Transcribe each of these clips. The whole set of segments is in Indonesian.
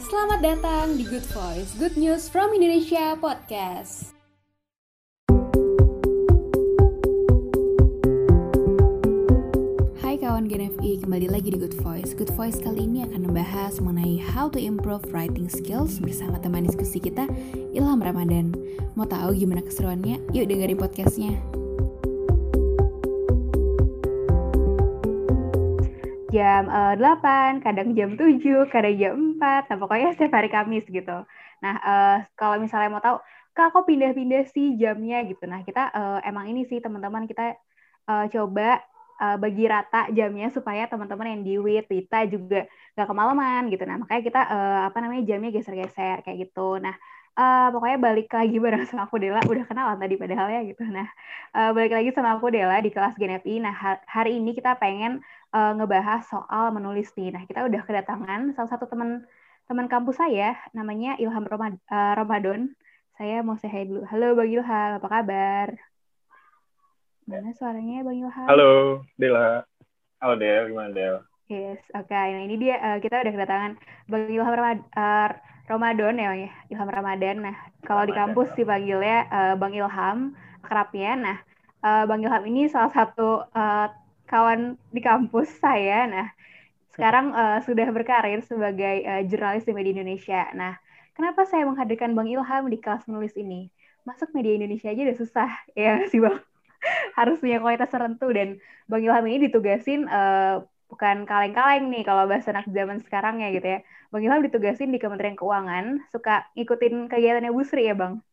Selamat datang di Good Voice, Good News from Indonesia Podcast. Hai kawan GNFI, kembali lagi di Good Voice. Good Voice kali ini akan membahas mengenai how to improve writing skills bersama teman diskusi kita, Ilham Ramadan. Mau tahu gimana keseruannya? Yuk dengerin podcastnya. Jam 8, kadang jam 7, kadang jam 4, nah pokoknya setiap hari Kamis gitu. Nah, kalau misalnya mau tahu, Kak, kok pindah-pindah sih jamnya gitu. Nah, kita emang ini sih teman-teman, kita coba bagi rata jamnya supaya teman-teman yang di Wita juga gak kemalaman gitu. Nah, makanya kita jamnya geser-geser kayak gitu. Nah, pokoknya balik lagi bareng sama aku Dela, udah kenalan tadi padahal ya gitu. Nah, balik lagi sama aku Dela di kelas GNFI. Nah, hari ini kita pengen ngebahas soal menulis nih. Nah, kita udah kedatangan salah satu teman kampus saya, namanya Ilham Ramadan. Saya mau say hi dulu. Halo Bang Ilham, apa kabar? Mana suaranya Bang Ilham? Halo, Dela. Halo, Del. Gimana, Del? Yes, oke. Nah, ini dia, kita udah kedatangan Bang Ilham Ramadan ya, Bang ya? Ilham Ramadan. Nah, kalau di kampus dipanggilnya Bang Ilham, akrabnya. Nah, Bang Ilham ini salah satu kawan di kampus saya. Nah, sekarang sudah berkarir sebagai jurnalis di media Indonesia. Nah, kenapa saya menghadirkan Bang Ilham di kelas menulis ini? Masuk media Indonesia aja udah susah, ya sih Bang. Harus punya kualitas tertentu, dan Bang Ilham ini ditugasin bukan kaleng-kaleng nih kalau bahasa anak zaman sekarang ya gitu ya. Bang Ilham ditugasin di Kementerian Keuangan, suka ngikutin kegiatannya Bu Sri ya Bang?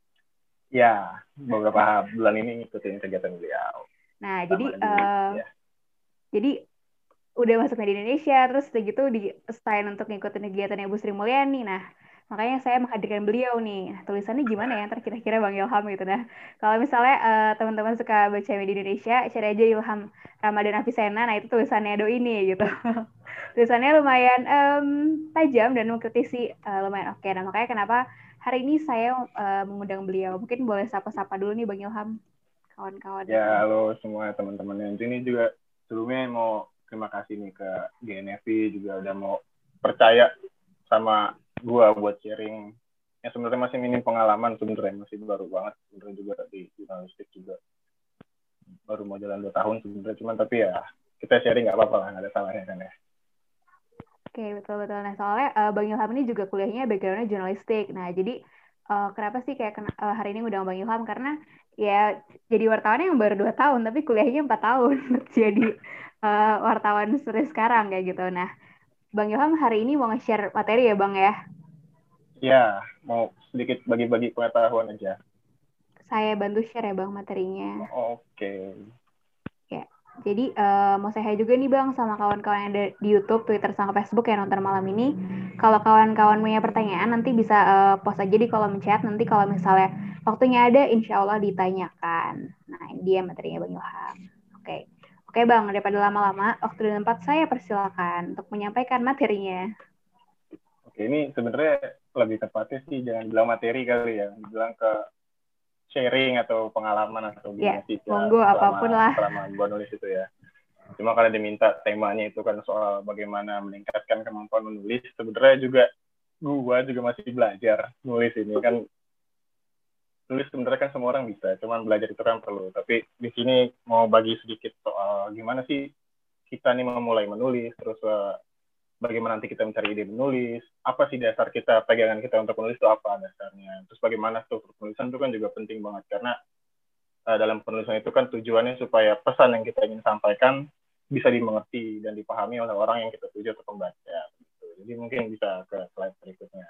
Ya, beberapa bulan ini ngikutin kegiatan beliau. Nah, Ya. jadi udah masuk media Indonesia, terus gitu di assign untuk ngikutin kegiatannya Bu Sri Mulyani. Nah, makanya saya menghadirkan beliau nih. Nah, tulisannya gimana ya ntar kira-kira Bang Ilham gitu. Nah, kalau misalnya teman-teman suka baca media Indonesia, cari aja Ilham Ramadan Avicenna. Nah, itu tulisannya Doi ini gitu. Tulisannya lumayan tajam dan mengkritisi, lumayan oke. Nah, makanya kenapa hari ini saya mengundang beliau. Mungkin boleh sapa-sapa dulu nih Bang Ilham, kawan-kawan yang Ya, ada. halo semua teman-teman yang sini juga. Sebelumnya mau terima kasih nih ke GNFI juga udah mau percaya sama gua buat sharing. Yang sebenarnya masih minim pengalaman, sebenarnya masih baru banget. Sebenarnya juga di jurnalistik juga baru mau jalan 2 tahun sebenarnya. Cuman tapi ya kita sharing nggak apa-apa lah, nggak ada salahnya kan ya. Oke, betul-betul. Nah, soalnya Bang Ilham ini juga kuliahnya background-nya jurnalistik. Nah, jadi kenapa sih kayak hari ini ngundang Bang Ilham? Karena ya jadi wartawan yang baru 2 tahun, tapi kuliahnya 4 tahun. Jadi wartawan seperti sekarang kayak gitu. Nah, Bang Ilham hari ini mau nge-share materi ya Bang ya? Ya, mau sedikit bagi-bagi pengetahuan aja. Saya bantu share ya Bang materinya. Oke. Ya, jadi mau saya juga nih Bang sama kawan-kawan yang ada di YouTube, Twitter, sama Facebook yang nonton malam ini. Kalau kawan-kawan punya pertanyaan nanti bisa post aja di kolom chat. Nanti kalau misalnya waktunya ada, insya Allah ditanyakan. Nah, ini dia materinya Bang Ilham. Oke. Oke Bang, daripada lama-lama, waktu dan tempat saya persilakan untuk menyampaikan materinya. Oke, ini sebenarnya lebih tepatnya sih jangan bilang materi kali ya, bilang ke sharing atau pengalaman atau Ya, gimana sih monggo apapun selama lah. selama gua nulis itu ya. Cuma karena diminta temanya itu kan soal bagaimana meningkatkan kemampuan menulis, sebenarnya juga gua juga masih belajar nulis ini kan. Nulis sebenarnya kan semua orang bisa, cuman belajar itu kan perlu. Tapi di sini mau bagi sedikit soal gimana sih kita nih memulai menulis, terus bagaimana nanti kita mencari ide menulis, apa sih dasar kita, pegangan kita untuk menulis itu apa dasarnya, terus bagaimana struktur penulisan itu kan juga penting banget, karena dalam penulisan itu kan tujuannya supaya pesan yang kita ingin sampaikan bisa dimengerti dan dipahami oleh orang yang kita tuju atau pembaca. Gitu. Jadi mungkin bisa ke slide berikutnya.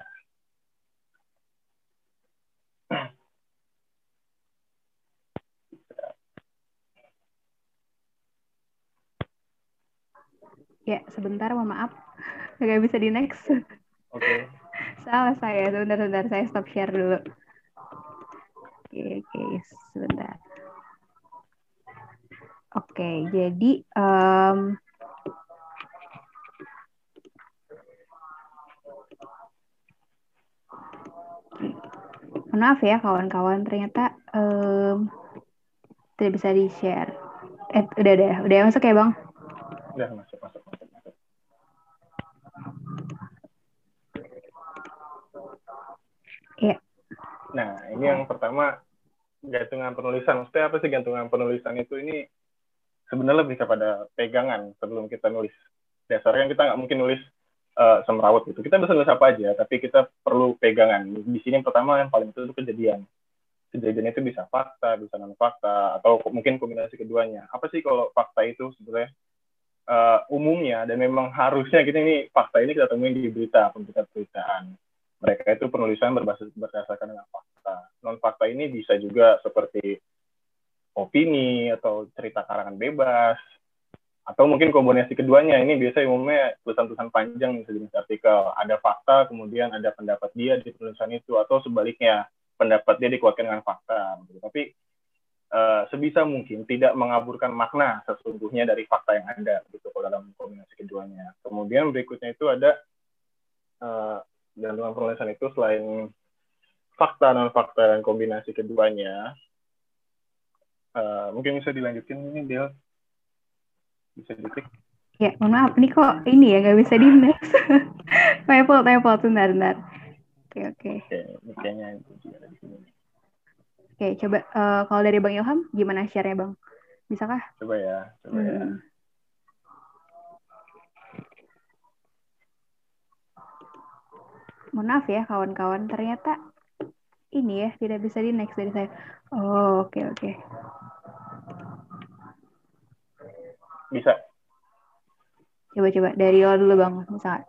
Ya, sebentar, mohon maaf. Nggak bisa di next. Oke. Salah saya, sebentar, saya stop share dulu. Oke, sebentar. Oke, jadi maaf ya kawan-kawan, ternyata tidak bisa di-share. Udah masuk ya Bang? Udah masuk. Nah, ini yang pertama, gantungan penulisan. Maksudnya apa sih gantungan penulisan itu? Ini sebenarnya lebih kepada pegangan sebelum kita nulis. Dasarnya kita nggak mungkin nulis semrawut gitu. Kita bisa nulis apa aja, tapi kita perlu pegangan. Di sini yang pertama yang paling itu kejadian. Kejadian itu bisa fakta, bisa non fakta, atau mungkin kombinasi keduanya. Apa sih kalau fakta itu sebenarnya umumnya dan memang harusnya kita ini fakta ini kita temuin di berita, pemberitaan. Mereka itu penulisan berdasarkan dengan fakta. Non fakta ini bisa juga seperti opini atau cerita karangan bebas, atau mungkin kombinasi keduanya. Ini biasanya umumnya tulisan-tulisan panjang sejenis artikel, ada fakta kemudian ada pendapat dia di tulisan itu, atau sebaliknya pendapat dia dikuatkan dengan fakta. Tapi sebisa mungkin tidak mengaburkan makna sesungguhnya dari fakta yang ada gitu kalau dalam kombinasi keduanya. Kemudian berikutnya itu ada gantungan penulisan itu selain fakta non fakta dan kombinasi keduanya, mungkin bisa dilanjutin ini Del, bisa diklik. Ya, mohon maaf, ini kok ini ya nggak bisa di next. Typo, bentar. Oke. Ini kayaknya itu juga ada di sini. Oke, coba kalau dari Bang Ilham, gimana share-nya Bang? Bisakah? Coba ya. Mohon maaf ya kawan-kawan, ternyata ini ya tidak bisa di next dari saya. Oh, oke. Bisa. Coba dari lo dulu Bang, misalnya.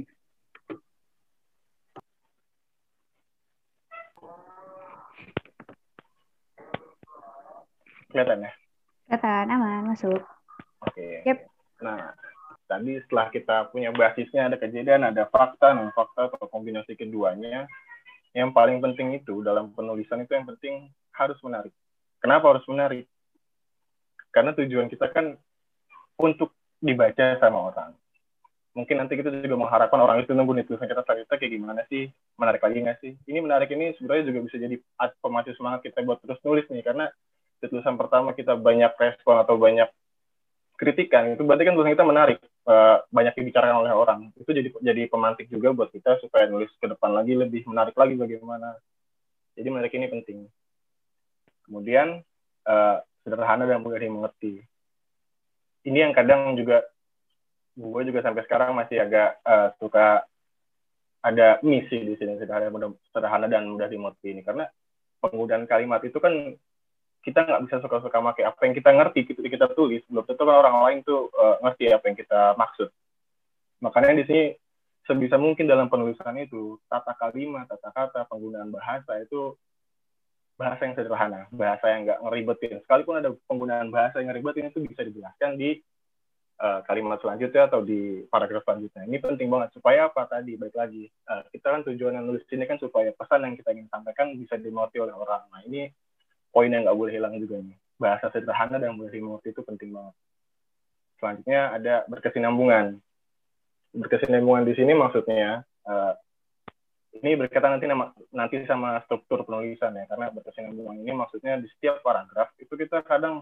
Kelihatan ya? Kelihatan, aman, masuk. Oke. Yep. Nah, tadi setelah kita punya basisnya, ada kejadian, ada fakta, non fakta, atau kombinasi keduanya, yang paling penting itu dalam penulisan itu yang penting harus menarik. Kenapa harus menarik? Karena tujuan kita kan untuk dibaca sama orang. Mungkin nanti kita juga mengharapkan orang itu nunggu nih tulisan kita selanjutnya kayak gimana sih, menarik lagi nggak sih? Ini menarik ini sebenarnya juga bisa jadi pemacu semangat kita buat terus nulis nih, karena di tulisan pertama kita banyak respon atau banyak kritikan, itu berarti kan tulisan kita menarik, banyak dibicarakan oleh orang. Itu jadi pemantik juga buat kita supaya nulis ke depan lagi lebih menarik lagi bagaimana. Jadi menarik ini penting. Kemudian sederhana dan mudah dimengerti. Ini yang kadang juga gue juga sampai sekarang masih agak suka ada misi di sini, sederhana dan mudah dimengerti ini, karena penggunaan kalimat itu kan kita nggak bisa suka-suka pakai apa yang kita ngerti ketika kita tulis, belum tentu kan orang lain tuh ngerti apa yang kita maksud. Makanya di sini sebisa mungkin dalam penulisan itu tata kalimat, tata kata, penggunaan bahasa itu bahasa yang sederhana, bahasa yang nggak ngeribetin. Sekalipun ada penggunaan bahasa yang ngeribetin itu bisa dijelaskan di kalimat selanjutnya atau di paragraf selanjutnya. Ini penting banget supaya apa tadi, baik lagi kita kan tujuan nulis ini kan supaya pesan yang kita ingin sampaikan bisa dimengerti oleh orang. Nah ini poin yang nggak boleh hilang juga nih. Bahasa sederhana dan mudah dimengerti itu penting banget. Selanjutnya ada berkesinambungan. Berkesinambungan di sini maksudnya ini berkaitan nanti sama struktur penulisan ya, karena berkesinambungan ini maksudnya di setiap paragraf itu kita kadang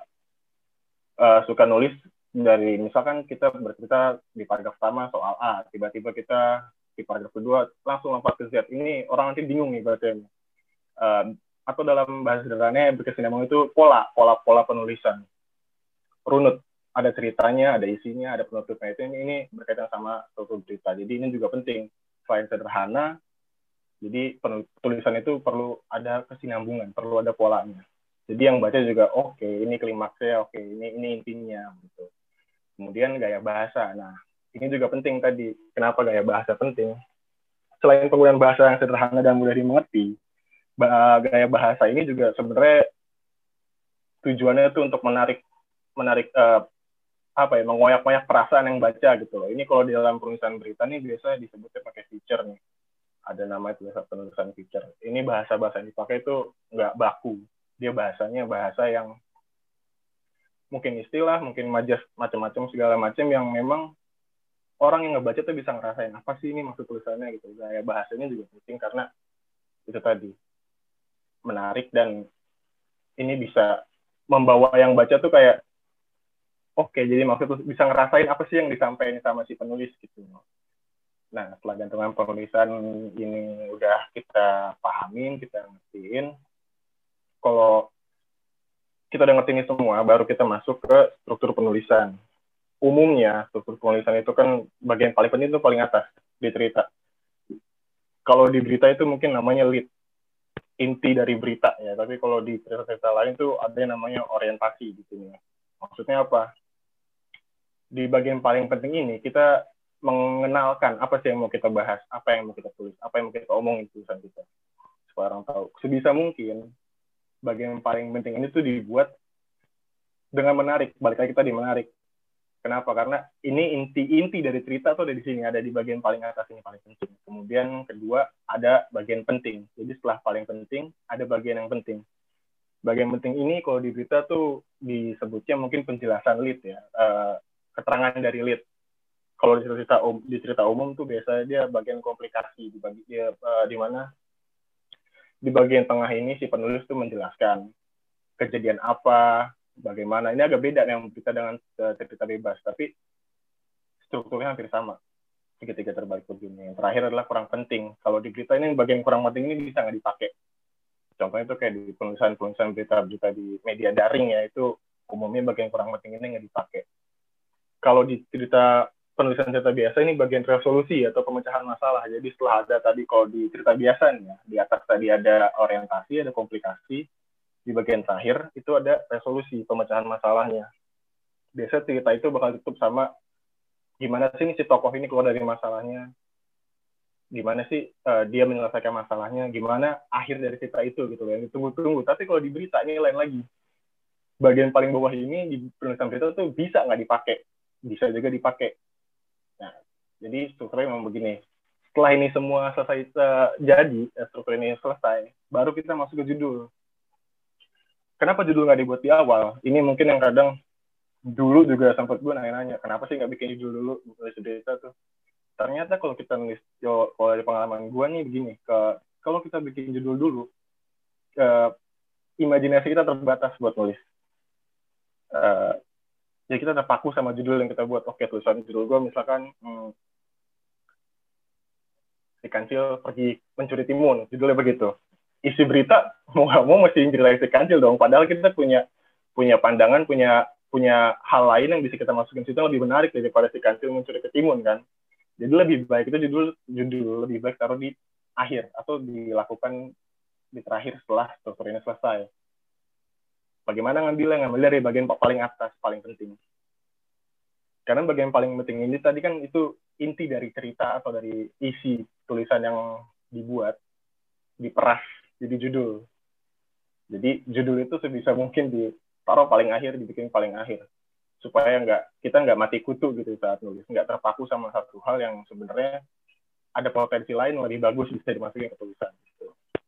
suka nulis dari misalkan kita bercerita di paragraf pertama soal A, tiba-tiba kita di paragraf kedua langsung lompat ke Z. Ini orang nanti bingung nih bacanya. Atau dalam bahasa sederhananya berkesinambungan itu pola penulisan runut, ada ceritanya, ada isinya, ada penutupnya. Itu ini berkaitan sama struktur berita. Jadi ini juga penting, selain sederhana, jadi tulisan itu perlu ada kesinambungan, perlu ada polanya. Jadi yang baca juga oke, ini klimaksnya, oke, ini intinya gitu. Kemudian gaya bahasa. Nah, ini juga penting tadi. Kenapa gaya bahasa penting? Selain penggunaan bahasa yang sederhana dan mudah dimengerti, gaya bahasa ini juga sebenarnya tujuannya itu untuk menarik mengoyak-ngoyak perasaan yang baca gitu loh. Ini kalau di dalam penulisan berita nih biasanya disebutnya pakai feature nih. Ada nama itu penulisan feature. Ini bahasa-bahasa yang dipakai itu nggak baku. Dia bahasanya bahasa yang mungkin istilah, mungkin majas, macam-macam segala macam yang memang orang yang ngebaca tuh bisa ngerasain apa sih ini maksud tulisannya gitu. Gaya bahasanya juga penting karena itu tadi menarik dan ini bisa membawa yang baca tuh kayak oke, jadi maksud bisa ngerasain apa sih yang disampaikan sama si penulis gitu. Nah, setelah gantungan penulisan ini udah kita pahamin, kita ngertiin, kalau kita udah ngerti ini semua, baru kita masuk ke struktur penulisan. Umumnya, struktur penulisan itu kan bagian paling penting itu paling atas di cerita. Kalau di berita itu mungkin namanya lead, inti dari berita ya. Tapi kalau di cerita-cerita lain tuh ada yang namanya orientasi di sini. Maksudnya apa? Di bagian paling penting ini kita mengenalkan apa sih yang mau kita bahas, apa yang mau kita tulis, apa yang mau kita omongin tulisan kita. Supaya orang tahu. Sebisa mungkin bagian paling penting ini tuh dibuat dengan menarik. Balik lagi tadi menarik. Kenapa? Karena ini inti dari cerita tuh ada di sini, ada di bagian paling atas ini paling penting. Kemudian kedua ada bagian penting. Jadi setelah paling penting ada bagian yang penting. Bagian penting ini kalau di berita tuh disebutnya mungkin penjelasan lead ya, keterangan dari lead. Kalau di cerita umum tuh biasanya dia bagian komplikasi, di mana di bagian tengah ini si penulis tuh menjelaskan kejadian apa, bagaimana. Ini agak beda yang kita dengan cerita bebas, tapi strukturnya hampir sama. Tiga-tiga terbalik begini. Yang terakhir adalah kurang penting. Kalau di berita ini bagian kurang penting ini bisa nggak dipakai. Contohnya itu kayak di penulisan berita-berita di media daring ya, itu umumnya bagian kurang penting ini nggak dipakai. Kalau di penulisan cerita biasa ini bagian resolusi atau pemecahan masalah. Jadi setelah ada tadi kalau di cerita biasa nih ya, di atas tadi ada orientasi, ada komplikasi, di bagian terakhir itu ada resolusi pemecahan masalahnya. Biasanya cerita itu bakal tutup sama gimana sih si tokoh ini keluar dari masalahnya, gimana sih dia menyelesaikan masalahnya, gimana akhir dari cerita itu gitu loh, yang ditunggu-tunggu. Tapi kalau di berita ini lain lagi. Bagian paling bawah ini di penulisan berita tuh bisa nggak dipakai, bisa juga dipakai. Nah, jadi strukturnya memang begini. Setelah ini semua selesai jadi, struktur ini selesai, baru kita masuk ke judul. Kenapa judul nggak dibuat di awal? Ini mungkin yang kadang dulu juga sempat gue nanya-nanya, kenapa sih nggak bikin judul dulu nulis berita tuh? Ternyata kalau kita nulis, kalau dari pengalaman gue nih begini, kalau kita bikin judul dulu, imajinasi kita terbatas buat nulis. Ya kita udah paku sama judul yang kita buat. Oke, tulisan judul gue misalkan si kancil pergi mencuri timun, judulnya begitu. Isi berita mau nggak mau mesti cerita si kancil dong. Padahal kita punya pandangan, punya hal lain yang bisa kita masukin situ yang lebih menarik daripada si kancil mencuri ke timun kan. Jadi lebih baik itu judul lebih baik taruh di akhir atau dilakukan di terakhir setelah struktur ini selesai. Bagaimana ngambil dari bagian paling atas, paling penting. Karena bagian paling penting ini tadi kan itu inti dari cerita atau dari isi tulisan yang dibuat, diperas jadi judul. Jadi judul itu sebisa mungkin ditaruh paling akhir, dibikin paling akhir. Supaya kita nggak mati kutu gitu saat nulis. Nggak terpaku sama satu hal yang sebenarnya ada potensi lain lebih bagus bisa dimasukin ke tulisan. Gitu.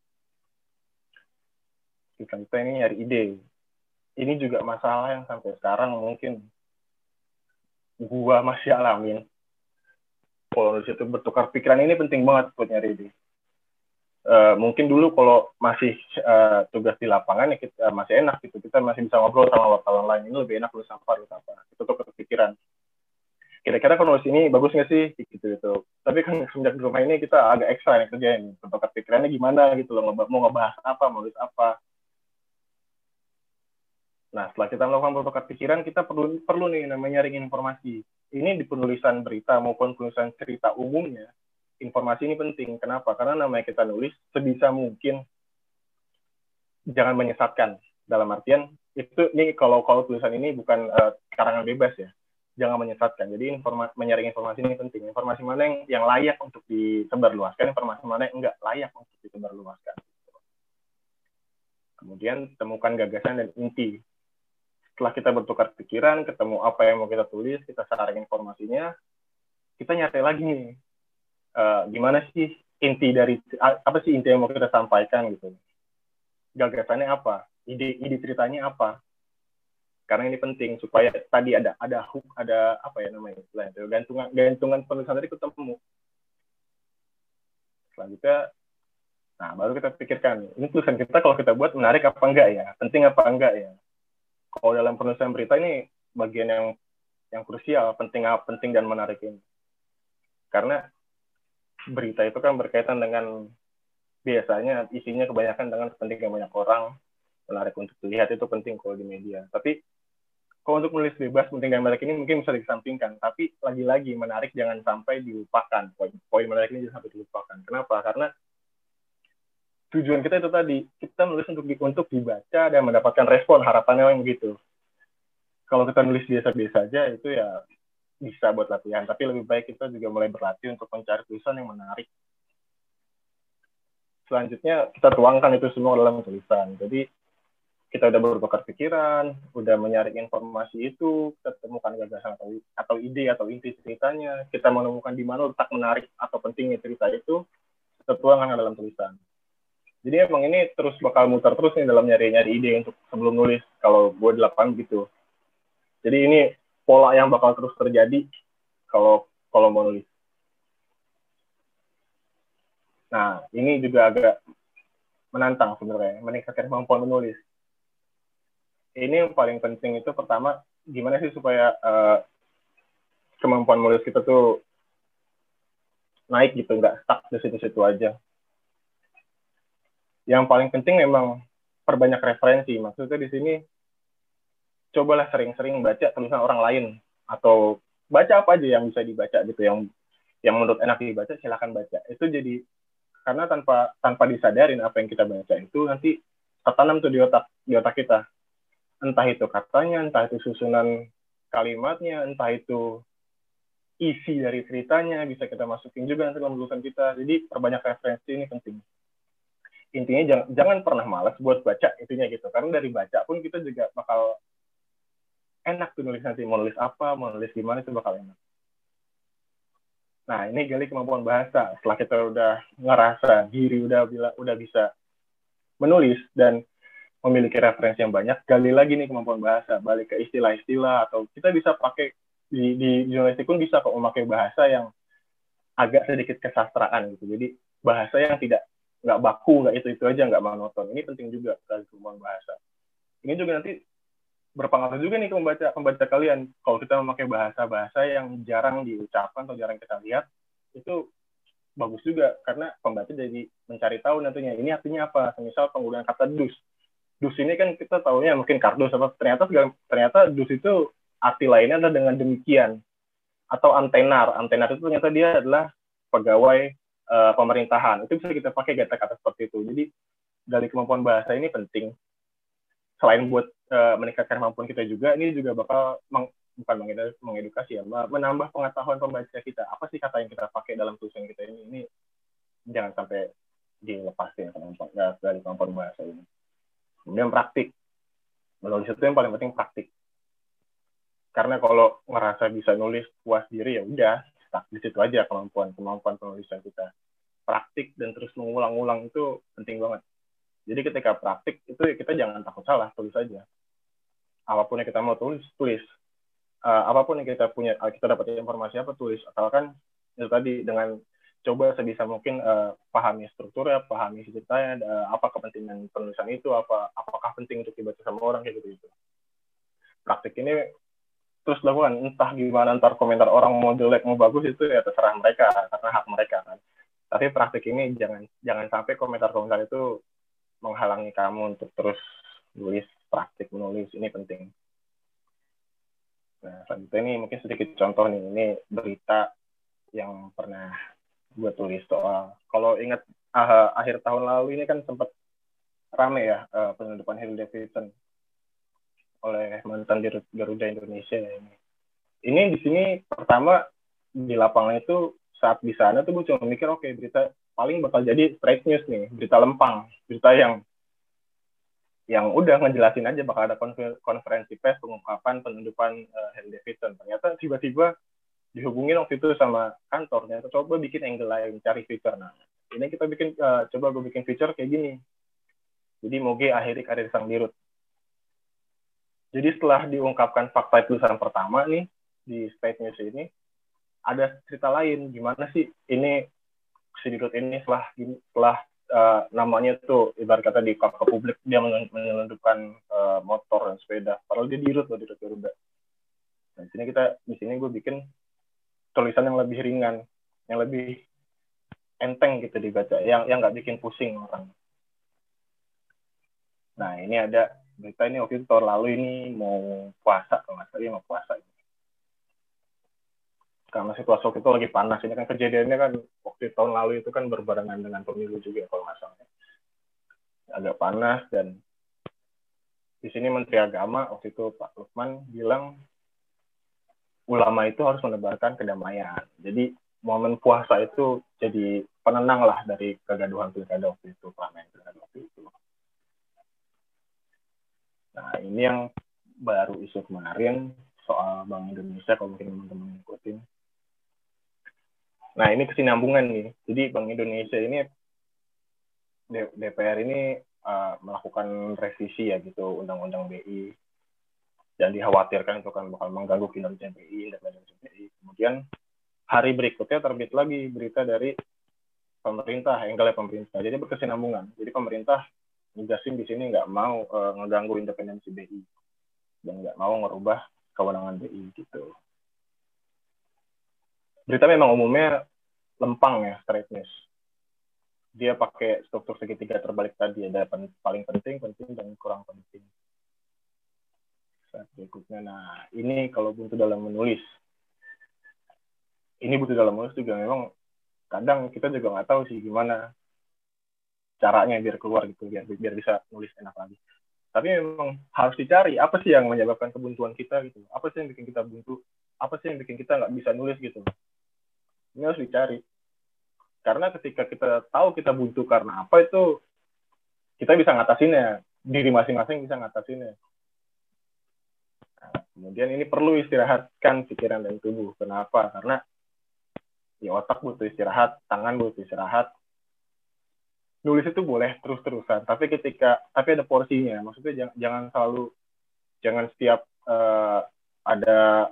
Kita ini nyari ide. Ini juga masalah yang sampai sekarang mungkin gua masih alamin. Kalau nulis itu bertukar pikiran ini penting banget buat nyari ide. Mungkin dulu kalau masih tugas di lapangan ya kita masih enak gitu, kita masih bisa ngobrol sama wartawan lain, ini lebih enak nulis apa itu tuh kepikiran kira-kira kalau nulis ini bagus nggak sih gitu. Tapi kan semenjak di rumah ini kita agak ekstra yang kerjain, bertukar pikirannya gimana gitu loh, mau ngebahas apa, mau nulis apa. Nah, setelah kita melakukan bertukar pikiran, kita perlu nih namanya nyaring informasi. Ini di penulisan berita maupun penulisan cerita umumnya, informasi ini penting. Kenapa? Karena namanya kita nulis, sebisa mungkin jangan menyesatkan. Dalam artian, ini kalau tulisan ini bukan karangan bebas ya, jangan menyesatkan. Jadi menyaring informasi ini penting. Informasi mana yang layak untuk disebarluaskan, informasi mana yang enggak layak untuk disebarluaskan. Kemudian temukan gagasan dan inti. Setelah kita bertukar pikiran, ketemu apa yang mau kita tulis, kita saring informasinya, kita nyari lagi nih, gimana sih inti dari, apa sih inti yang mau kita sampaikan gitu. Gagasannya apa, ide ceritanya apa. Karena ini penting supaya tadi ada hook, ada apa ya namanya, gantungan penulisan tadi ketemu. Selanjutnya, nah baru kita pikirkan, ini tulisan kita kalau kita buat menarik apa enggak ya, penting apa enggak ya. Kalau dalam penulisan berita ini bagian yang krusial, penting dan menarik ini. Karena berita itu kan berkaitan dengan biasanya isinya kebanyakan dengan kepentingan banyak orang, menarik untuk dilihat, itu penting kalau di media. Tapi kalau untuk menulis bebas penting dan menarik ini mungkin bisa dikesampingkan, tapi lagi-lagi menarik jangan sampai dilupakan. Poin menarik ini jangan sampai dilupakan. Kenapa? Karena tujuan kita itu tadi, kita menulis untuk dibaca dan mendapatkan respon, harapannya yang begitu. Kalau kita nulis biasa-biasa aja itu ya bisa buat latihan, tapi lebih baik kita juga mulai berlatih untuk mencari tulisan yang menarik. Selanjutnya kita tuangkan itu semua dalam tulisan. Jadi kita udah bertukar pikiran, udah menyaring informasi itu, kita temukan gagasan atau ide atau inti ceritanya, kita menemukan di mana letak menarik atau pentingnya cerita itu, kita tuangkan dalam tulisan. Jadi emang ini terus bakal muter terus nih dalam nyari-nyari ide untuk sebelum nulis, kalau gue di lapangan gitu. Jadi ini pola yang bakal terus terjadi kalau mau nulis. Nah, ini juga agak menantang sebenarnya, meningkatkan kemampuan menulis. Ini yang paling penting itu pertama, gimana sih supaya kemampuan menulis kita tuh naik gitu, nggak stuck di situ-situ aja. Yang paling penting memang perbanyak referensi. Maksudnya di sini cobalah sering-sering baca tulisan orang lain, atau baca apa aja yang bisa dibaca gitu, yang menurut enak dibaca silakan baca. Itu jadi karena tanpa disadarin apa yang kita baca itu nanti tertanam tuh di otak kita. Entah itu katanya, entah itu susunan kalimatnya, entah itu isi dari ceritanya, bisa kita masukin juga nanti dalam tulisan kita. Jadi perbanyak referensi ini penting. Intinya jangan pernah malas buat baca, intinya gitu. Karena dari baca pun kita juga bakal enak tuh nulis nanti. Mau nulis apa, mau nulis gimana, itu bakal enak. Nah, ini gali kemampuan bahasa. Setelah kita udah ngerasa diri udah bisa menulis dan memiliki referensi yang banyak, gali lagi nih kemampuan bahasa, balik ke istilah-istilah, atau kita bisa pakai di jurnalistik pun bisa kok memakai bahasa yang agak sedikit kesastraan gitu. Jadi bahasa yang nggak baku, nggak itu aja, nggak monoton. Ini penting juga gali kemampuan bahasa. Ini juga nanti berpengaruh juga nih ke pembaca kalian. Kalau kita memakai bahasa-bahasa yang jarang diucapkan atau jarang kita lihat, itu bagus juga karena pembaca jadi mencari tahu nantinya ini artinya apa. Misal penggunaan kata dus. Dus ini kan kita tahunya mungkin kardus apa, ternyata dus itu arti lainnya adalah dengan demikian. Atau antenar itu ternyata dia adalah pegawai pemerintahan. Itu bisa kita pakai kata-kata seperti itu. Jadi dari kemampuan bahasa ini penting. Selain buat meningkatkan kemampuan kita juga, ini juga bakal bukan mengedukasi ya, menambah pengetahuan pembaca kita. Apa sih kata yang kita pakai dalam tulisan kita ini jangan sampai dilepasin dari kemampuan bahasa ini. Kemudian praktik. Menulis itu yang paling penting praktik. Karena kalau ngerasa bisa nulis puas diri, ya udah, stuck di situ aja kemampuan penulisan kita. Praktik dan terus mengulang-ulang itu penting banget. Jadi ketika praktik, itu kita jangan takut salah, tulis aja. Apapun yang kita mau tulis. Apapun yang kita punya, kita dapat informasi apa, tulis. Asalkan itu tadi dengan coba sebisa mungkin pahami strukturnya, pahami ceritanya, apa kepentingan penulisan itu, apakah penting untuk dibaca sama orang, kayak gitu. Praktik ini terus lakukan, entah gimana ntar komentar orang mau jelek mau bagus itu ya terserah mereka, karena hak mereka kan. Tapi praktik ini jangan sampai komentar itu menghalangi kamu untuk terus nulis. Praktik menulis ini penting. Nah, selanjutnya ini mungkin sedikit contoh nih, ini berita yang pernah gue tulis soal, kalau ingat akhir tahun lalu ini kan sempat rame ya penyelundupan Harley Davidson oleh mantan Garuda Indonesia ini. Ini di sini pertama di lapangan itu saat di sana tuh gue cuma mikir oke, berita paling bakal jadi straight news nih, berita lempang, berita yang udah ngejelasin aja bakal ada konferensi pers pengungkapan penyelundupan Harley Davidson. Ternyata tiba-tiba dihubungin waktu itu sama kantornya, coba bikin angle lain, cari feature. Nah, ini kita coba gue bikin feature kayak gini. Jadi Moge akhiri karir sang dirut. Jadi setelah diungkapkan fakta tulisan pertama nih di Straight News ini, ada cerita lain, gimana sih ini si dirut ini setelah namanya tuh ibarat kata di ke publik dia menyelundupkan motor dan sepeda, padahal dia dirut Garuda. Nah, di sini gue bikin tulisan yang lebih ringan, yang lebih enteng gitu dibaca, yang nggak bikin pusing orang. Nah ini ada berita ini waktu itu tahun lalu ini mau puasa, kalau nggak salah mau puasa. Karena situasi waktu itu lagi panas, ini kan kejadiannya kan waktu tahun lalu itu kan berbarengan dengan pemilu juga kalau nggak salah. Agak panas, dan di sini Menteri Agama waktu itu Pak Lukman bilang ulama itu harus menebarkan kedamaian. Jadi momen puasa itu jadi penenang lah dari kegaduhan pilkada waktu itu, panen pilkada waktu itu. Nah ini yang baru isu kemarin soal Bank Indonesia, kalau mungkin teman-teman ngikutin. Nah ini kesinambungan nih. Jadi Bank Indonesia ini, DPR ini melakukan revisi ya gitu Undang-Undang BI, dan dikhawatirkan itu kan bakal mengganggu kinerja BI, independensi BI. Kemudian hari berikutnya terbit lagi berita dari pemerintah, enggalnya pemerintah. Jadi berkesinambungan. Jadi pemerintah ngegasin di sini nggak mau ngeganggu independensi BI dan nggak mau ngerubah kewenangan BI gitu. Berita memang umumnya lempang ya, straight news. Dia pakai struktur segitiga terbalik tadi, ada paling penting, dan kurang penting. Saat berikutnya, nah ini kalau buntu dalam menulis. Ini buntu dalam menulis juga memang kadang kita juga nggak tahu sih gimana caranya biar keluar gitu, biar bisa nulis enak lagi. Tapi memang harus dicari apa sih yang menyebabkan kebuntuan kita gitu, apa sih yang bikin kita buntu, apa sih yang bikin kita nggak bisa nulis gitu. Ini harus dicari, karena ketika kita tahu kita buntu karena apa, itu kita bisa ngatasinnya, diri masing-masing bisa ngatasinnya. Nah, kemudian ini perlu istirahatkan pikiran dan tubuh. Kenapa? Karena ya otak butuh istirahat, tangan butuh istirahat. Nulis itu boleh terus-terusan, tapi ada porsinya. Maksudnya jangan setiap ada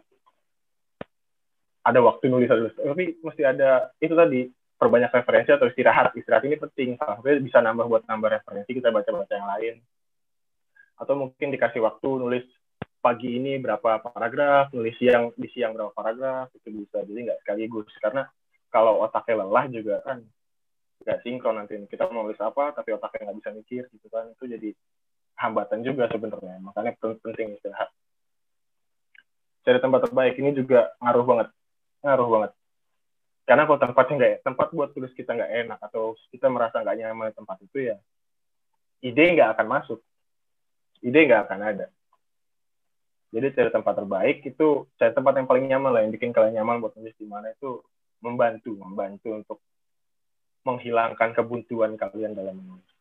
waktu nulis, tapi mesti ada itu tadi, perbanyak referensi atau istirahat. Istirahat ini penting, salah satunya bisa nambah referensi, kita baca-baca yang lain. Atau mungkin dikasih waktu nulis pagi ini berapa paragraf, nulis di siang berapa paragraf, itu bisa. Jadi nggak sekaligus, karena kalau otaknya lelah juga kan nggak sinkron nanti. Kita mau nulis apa tapi otaknya nggak bisa mikir gitu kan, itu jadi hambatan juga sebenarnya. Makanya penting istirahat. Cari tempat terbaik ini juga ngaruh banget. Karena kalau tempat buat tulis kita nggak enak, atau kita merasa nggak nyaman di tempat itu, ya ide nggak akan masuk, ide nggak akan ada. Jadi cari tempat terbaik itu, cari tempat yang paling nyaman lah, yang bikin kalian nyaman buat nulis di mana, itu membantu untuk menghilangkan kebuntuan kalian dalam menulis.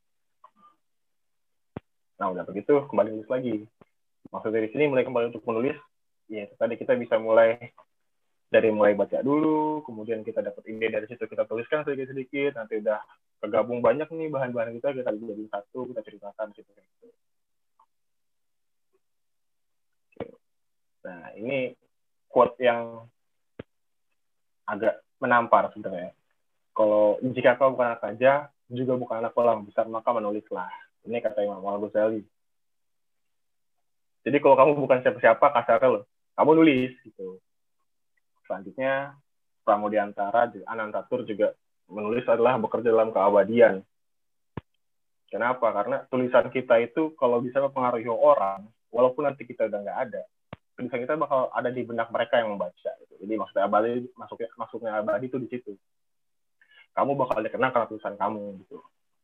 Nah udah begitu, kembali nulis lagi. Maksud dari sini mulai kembali untuk menulis, ya tadi kita bisa mulai baca dulu, kemudian kita dapat ide dari situ, kita tuliskan sedikit-sedikit, nanti udah kegabung banyak nih bahan-bahan kita jadi satu, kita ceritakan gitu. Nah ini quote yang agak menampar sebenarnya. Kalau jika kau bukan anak raja, juga bukan anak ulama besar, maka menulislah. Ini kata Imam Al-Ghazali. Jadi kalau kamu bukan siapa-siapa, kasarnya loh, kamu nulis gitu. Selanjutnya, Pramudiantara, Anantatur juga menulis adalah bekerja dalam keabadian. Kenapa? Karena tulisan kita itu kalau bisa mempengaruhi orang, walaupun nanti kita udah nggak ada, tulisan kita bakal ada di benak mereka yang membaca. Gitu. Jadi maksudnya abadi itu di situ. Kamu bakal dikenang karena tulisan kamu gitu.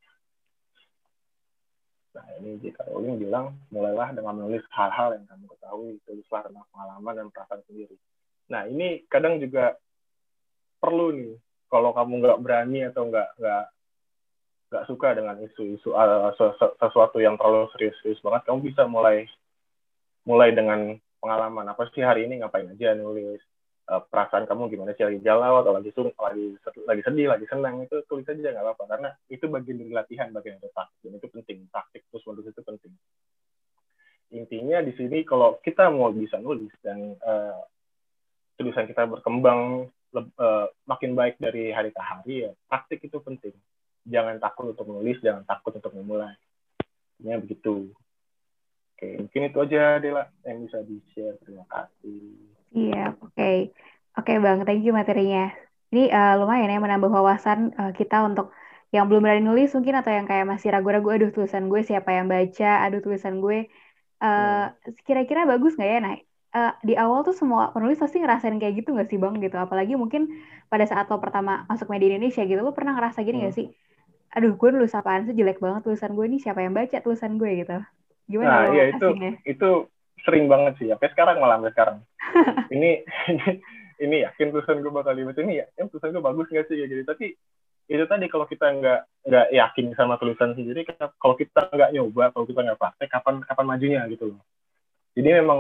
Nah ini J.K. Rowling bilang, mulailah dengan menulis hal-hal yang kamu ketahui, tulislah tentang pengalaman dan perasaan sendiri. Nah ini kadang juga perlu nih, kalau kamu nggak berani atau nggak suka dengan isu-isu sesuatu yang terlalu serius banget, kamu bisa mulai dengan pengalaman. Apa sih hari ini ngapain aja nulis, perasaan kamu gimana sih, lagi galau atau lagi sedih, lagi senang, itu tulis aja nggak apa-apa, karena itu bagian dari latihan, bagian dari praktik, dan itu penting. Praktik terus menulis itu penting. Intinya di sini kalau kita mau bisa nulis dan tulisan kita berkembang makin baik dari hari ke hari, ya praktik itu penting. Jangan takut untuk menulis, jangan takut untuk memulai. Ini begitu. Oke, mungkin itu aja Dela yang bisa di-share. Terima kasih. Iya, oke. Oke Bang, thank you materinya. Ini lumayan ya menambah wawasan kita untuk yang belum berani nulis mungkin atau yang kayak masih ragu-ragu, aduh tulisan gue siapa yang baca, aduh tulisan gue eh, Hmm. kira-kira bagus nggak ya? Nah, di awal tuh semua penulis pasti ngerasain kayak gitu nggak sih Bang gitu. Apalagi mungkin pada saat lo pertama masuk media Indonesia gitu, lo pernah ngerasa gini Hmm. nggak sih? Aduh, gue nulis apaan sih jelek banget tulisan gue nih, siapa yang baca tulisan gue gitu. Gimana Nah, lo iya ngatasinya? itu sering banget sih. Sampai sekarang malah sampai sekarang. Ini ini yakin tulisan gue bakal dibaca ini ya, tulisan gue bagus nggak sih kayak gitu. Tapi itu tadi kalau kita nggak yakin sama tulisan sendiri, kalau kita nggak nyoba, kalau kita nggak praktek, kapan kapan majunya gitu loh. Jadi memang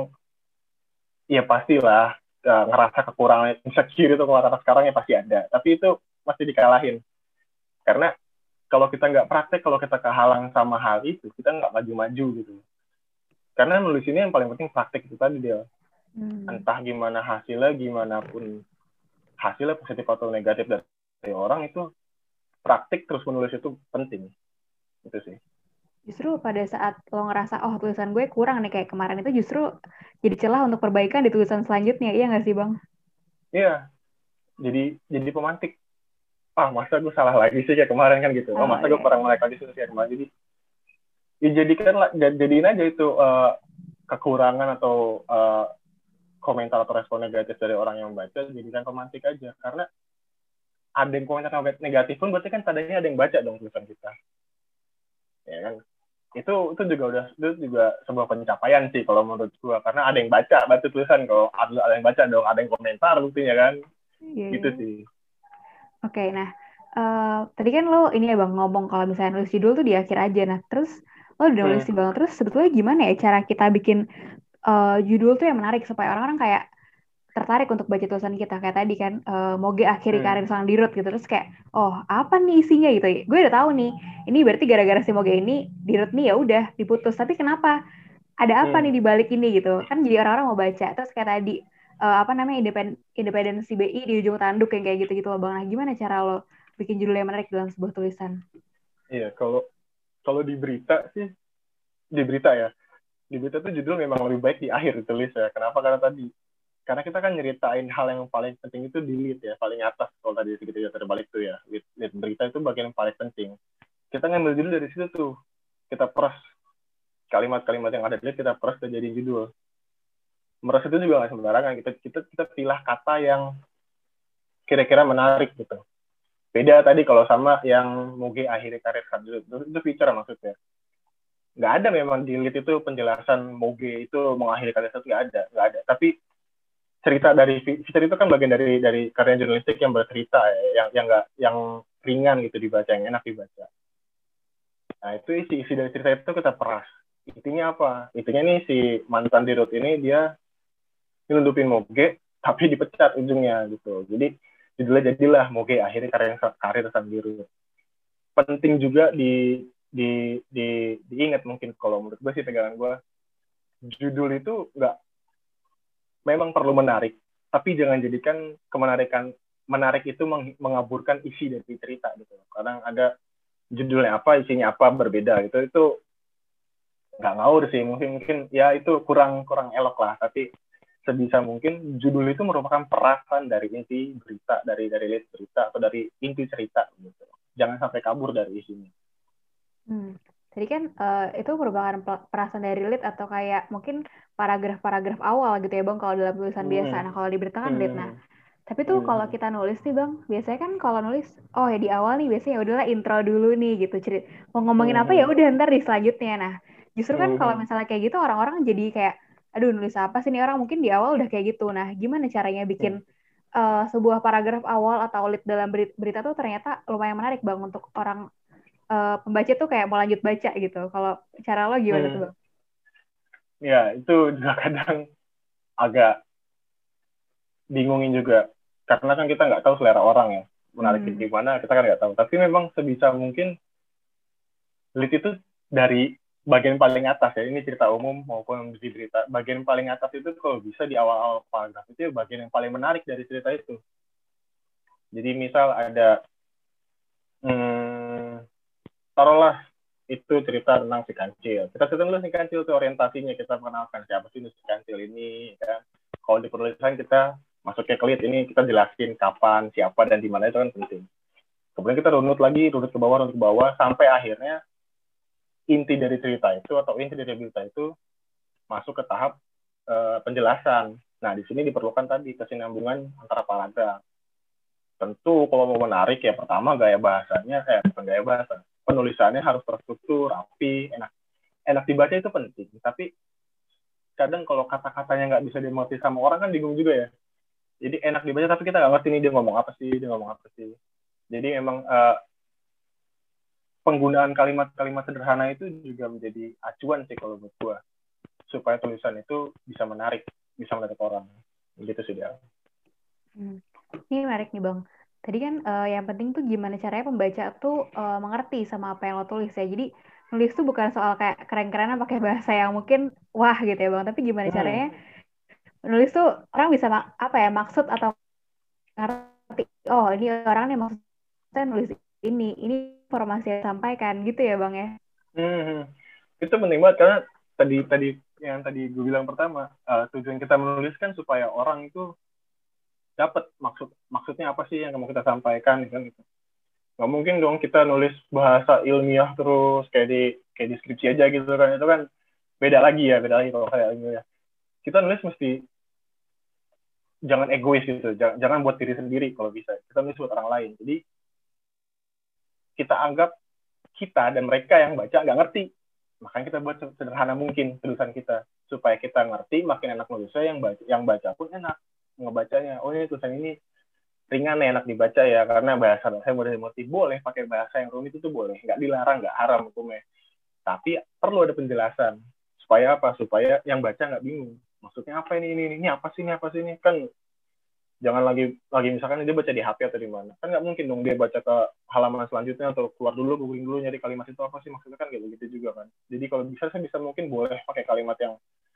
ya pastilah ngerasa kekurangan insecure itu kalau kata sekarang ya pasti ada. Tapi itu masih dikalahin. Karena kalau kita nggak praktek, kalau kita kehalang sama hal itu, kita nggak maju-maju gitu. Karena nulis ini yang paling penting praktek itu tadi dia. Hmm. Entah gimana hasilnya, gimana pun hasilnya positif atau negatif dari orang itu, praktik terus menulis itu penting. Itu sih. Justru pada saat lo ngerasa, oh tulisan gue kurang nih kayak kemarin itu justru jadi celah untuk perbaikan di tulisan selanjutnya, iya nggak sih Bang? Iya, jadi pemantik. Ah, masa gue salah lagi sih kayak kemarin kan gitu. Oh, Oh masa gue iya. kurang melek lagi sih kayak kemarin. Jadi ya jadiin aja itu kekurangan atau komentar atau respon negatif dari orang yang membaca, jadikan pemantik aja. Karena ada yang komentar negatif pun berarti kan tadinya ada yang baca dong tulisan kita. Ya kan? Itu juga sebuah pencapaian sih kalau menurut gua, karena ada yang baca tulisan, kalau ada yang baca dong, ada yang komentar buktinya kan. Iya, Gitu iya. sih. Oke, nah tadi kan lo ini ya Bang ngomong kalau misalnya nulis judul tuh di akhir aja. Nah, terus lo udah nulis Hmm. sih Bang. Terus sebetulnya gimana ya cara kita bikin judul tuh yang menarik supaya orang-orang kayak tertarik untuk baca tulisan kita kayak tadi kan Moge akhiri Hmm. karir sang dirut gitu terus kayak oh apa nih isinya gitu ya gue udah tahu nih ini berarti gara-gara si Moge ini dirut nih ya udah diputus tapi kenapa ada apa nih Hmm. di balik ini gitu kan jadi orang-orang mau baca terus kayak tadi apa namanya independensi BI di ujung tanduk yang kayak gitu-gitu loh Bang. Nah gimana cara lo bikin judul yang menarik dalam sebuah tulisan? Iya, kalau kalau di berita sih, di berita ya, di berita tuh judul memang lebih baik di akhir ditulis ya. Kenapa? Karena kita kan nyeritain hal yang paling penting itu di lead ya, paling atas. Kalau tadi kita terbalik tuh ya, lead berita itu bagian yang paling penting. Kita ngambil judul dari situ tuh, kita peras kalimat-kalimat yang ada di lead, kita peras jadi judul. Meres itu juga nggak sembarangan, kita pilih kata yang kira-kira menarik gitu. Beda tadi kalau sama yang Mugi akhiri karir itu feature maksudnya. Nggak ada memang di lead itu penjelasan Mugi itu mengakhiri karir nggak ada. Tapi cerita dari feature itu kan bagian dari karya jurnalistik yang bercerita ya, yang ringan gitu dibaca, yang enak dibaca. Nah itu isi dari cerita itu kita peras. Intinya apa? Intinya nih si mantan dirut ini dia nyelundupin Moge tapi dipecat ujungnya gitu. Jadi judulnya jadilah Moge akhirnya karir sang dirut. Penting juga diingat mungkin kalau menurut gue sih pegangan gue, judul itu nggak memang perlu menarik, tapi jangan jadikan kemenarikan menarik itu mengaburkan isi dari cerita gitu. Kadang ada judulnya apa, isinya apa berbeda gitu, itu nggak ngawur sih. Mungkin ya itu kurang kurang elok lah. Tapi sebisa mungkin judul itu merupakan perasan dari inti berita, dari lead berita atau dari inti cerita gitu. Jangan sampai kabur dari isinya. Tadi kan itu merupakan perasan dari lead atau kayak mungkin paragraf-paragraf awal gitu ya Bang kalau dalam tulisan biasa. Nah Hmm. kalau di berita kan lead. Nah Hmm. tapi tuh kalau Hmm. kita nulis nih Bang, biasanya kan kalau nulis, oh ya di awal nih biasanya ya udahlah intro dulu nih gitu. Mau ngomongin apa ya Hmm. udah ntar di selanjutnya. Nah justru kan kalau Hmm. misalnya kayak gitu orang-orang jadi kayak, aduh nulis apa sih nih orang mungkin di awal udah kayak gitu. Nah gimana caranya bikin Hmm. sebuah paragraf awal atau lead dalam berita tuh ternyata lumayan menarik Bang untuk orang pembaca tuh kayak mau lanjut baca gitu. Kalau cara lo gimana tuh Hmm. Bang? Ya itu juga kadang agak bingungin juga, karena kan kita nggak tahu selera orang ya, menarik Hmm. gimana kita kan nggak tahu. Tapi memang sebisa mungkin lead itu dari bagian paling atas ya, ini cerita umum maupun di berita, bagian paling atas itu kalau bisa di awal-awal paragraf itu bagian yang paling menarik dari cerita itu. Jadi misal ada taruhlah itu cerita tentang si Kancil, kita cerita dulu si Kancil itu orientasinya, kita mengenalkan siapa sih si Kancil ini kan. Kalau di penulisan kita masuknya ke lead ini kita jelasin kapan, siapa, dan di mana itu kan penting. Kemudian kita runut ke bawah, sampai akhirnya inti dari cerita itu atau inti dari berita itu masuk ke tahap penjelasan. Nah, di sini diperlukan tadi kesinambungan antara paragraf. Tentu kalau mau menarik ya pertama gaya bahasanya, bukan gaya bahasa, penulisannya harus terstruktur, rapi, enak dibaca itu penting. Tapi kadang kalau kata-katanya nggak bisa dimengerti sama orang kan bingung juga ya. Jadi enak dibaca tapi kita nggak ngerti nih dia ngomong apa sih. Jadi memang penggunaan kalimat-kalimat sederhana itu juga menjadi acuan sih kalau buat gue, supaya tulisan itu bisa menarik orang. Gitu sih dia. Ini menarik nih Bang. Tadi kan yang penting tuh gimana caranya pembaca tuh mengerti sama apa yang lo tulis ya. Jadi nulis tuh bukan soal kayak keren-kerenan pakai bahasa yang mungkin wah gitu ya Bang. Tapi gimana caranya nulis tuh orang bisa maksud atau ngerti. Oh ini orang nih maksudnya nulis ini informasi yang disampaikan gitu ya Bang ya. Itu penting banget karena tadi gue bilang pertama, tujuan kita menulis kan supaya orang itu dapat maksudnya apa sih yang mau kita sampaikan kan gitu. Nggak mungkin dong kita nulis bahasa ilmiah terus kayak di skripsi aja gitu kan, itu kan beda lagi kalau kayak ilmiah. Kita nulis mesti jangan egois gitu, jangan buat diri sendiri kalau bisa. Kita nulis buat orang lain. Jadi kita anggap kita dan mereka yang baca nggak ngerti. Makanya kita buat sederhana mungkin tulisan kita supaya kita ngerti, makin enak nulisnya, yang baca pun enak ngebacanya. Oh ini tulisan ini ringan nih, enak dibaca ya karena bahasa saya mudah dimengerti. Boleh pakai bahasa yang rumit itu boleh, nggak dilarang, nggak haram hukumnya. Tapi perlu ada penjelasan supaya apa? Supaya yang baca nggak bingung. Maksudnya apa ini apa sih ini kan. Jangan lagi misalkan dia baca di HP atau di mana, kan nggak mungkin dong dia baca ke halaman selanjutnya atau keluar dulu googling dulu nyari kalimat itu apa sih maksudnya, kan kayak begitu juga kan. Jadi kalau bisa saya bisa mungkin boleh pakai kalimat yang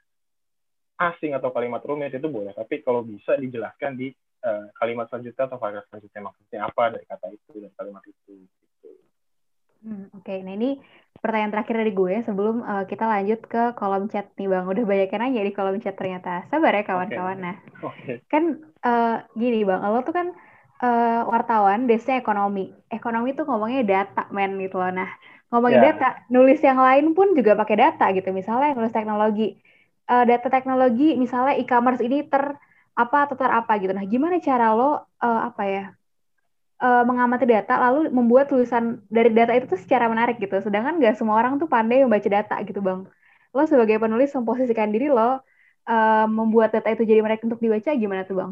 asing atau kalimat rumit itu boleh, tapi kalau bisa dijelaskan di kalimat selanjutnya atau paragraf selanjutnya maksudnya apa dari kata itu dan kalimat itu gitu. Oke. Nah ini pertanyaan terakhir dari gue sebelum kita lanjut ke kolom chat nih Bang. Udah banyak yang nanya di kolom chat ternyata. Sabar ya kawan-kawan. Nah, kan gini Bang, lo tuh kan wartawan desnya ekonomi. Ekonomi tuh ngomongnya data men gitu loh. Nah, ngomongin data, nulis yang lain pun juga pakai data gitu. Misalnya nulis teknologi. Data teknologi misalnya e-commerce ini apa gitu. Nah, gimana cara lo mengamati data lalu membuat tulisan dari data itu tuh secara menarik gitu. Sedangkan nggak semua orang tuh pandai membaca data gitu Bang. Lo sebagai penulis memposisikan diri lo membuat data itu jadi menarik untuk dibaca gimana tuh Bang?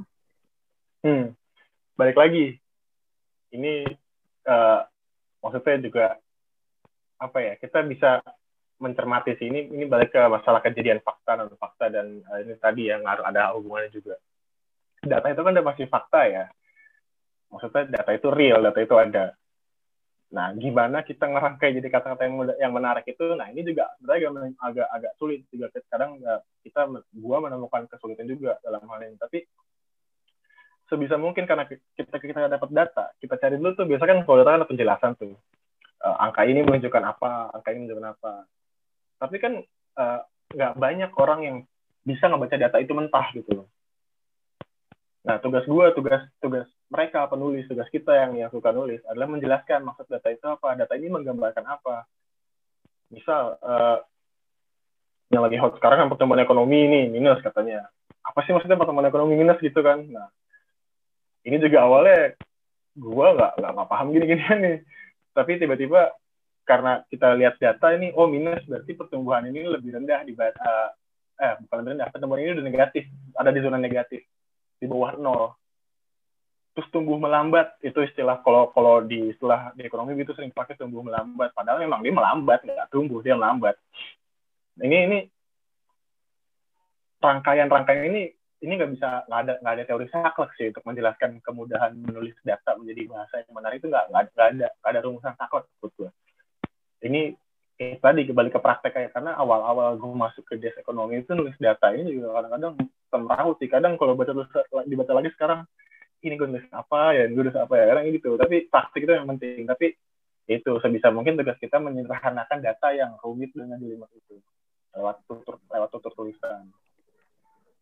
Balik lagi. Ini maksudnya juga apa ya? Kita bisa mencermati sih ini balik ke masalah kejadian fakta dan ini tadi yang ada hubungannya juga. Data itu kan udah pasti fakta ya. Maksudnya data itu real, data itu ada. Nah, gimana kita ngerangkai jadi kata-kata yang menarik itu? Nah, ini juga sebenarnya agak sulit juga. Kadang gua menemukan kesulitan juga dalam hal ini. Tapi sebisa mungkin karena kita dapat data, kita cari dulu tuh. Biasanya kan kalau data ada penjelasan tuh. Angka ini menunjukkan apa, angka ini menunjukkan apa. Tapi kan nggak banyak orang yang bisa ngebaca data itu mentah gitu loh. Nah, tugas mereka penulis, tugas kita yang suka nulis adalah menjelaskan maksud data itu apa, data ini menggambarkan apa. Misal yang lagi hot sekarang kan pertumbuhan ekonomi ini minus katanya. Apa sih maksudnya pertumbuhan ekonomi minus gitu kan? Nah, ini juga awalnya gue nggak paham gini nih. Tapi tiba-tiba karena kita lihat data ini, oh minus berarti pertumbuhan ini lebih rendah bukan lebih rendah, pertumbuhan ini udah negatif, ada di zona negatif. Di bawah 0. Terus tumbuh melambat, itu istilah kalau di istilah di ekonomi gitu sering pakai tumbuh melambat, padahal memang dia melambat, nggak tumbuh, dia melambat. Ini rangkaian ini nggak ada teori saklek sih untuk menjelaskan kemudahan menulis data menjadi bahasa yang benar, itu nggak ada rumusan saklek buat gue. Ini tadi kembali ke praktek ya, karena awal-awal gue masuk ke des ekonomi itu nulis data ini juga kadang-kadang semrawut sih. Kadang kalau dibaca lagi sekarang, ini gue nulis apa ya, kadang gitu. Tapi praktik itu yang penting. Tapi itu sebisa mungkin tugas kita menyederhanakan data yang rumit dengan jelimet itu lewat tutur tulisan.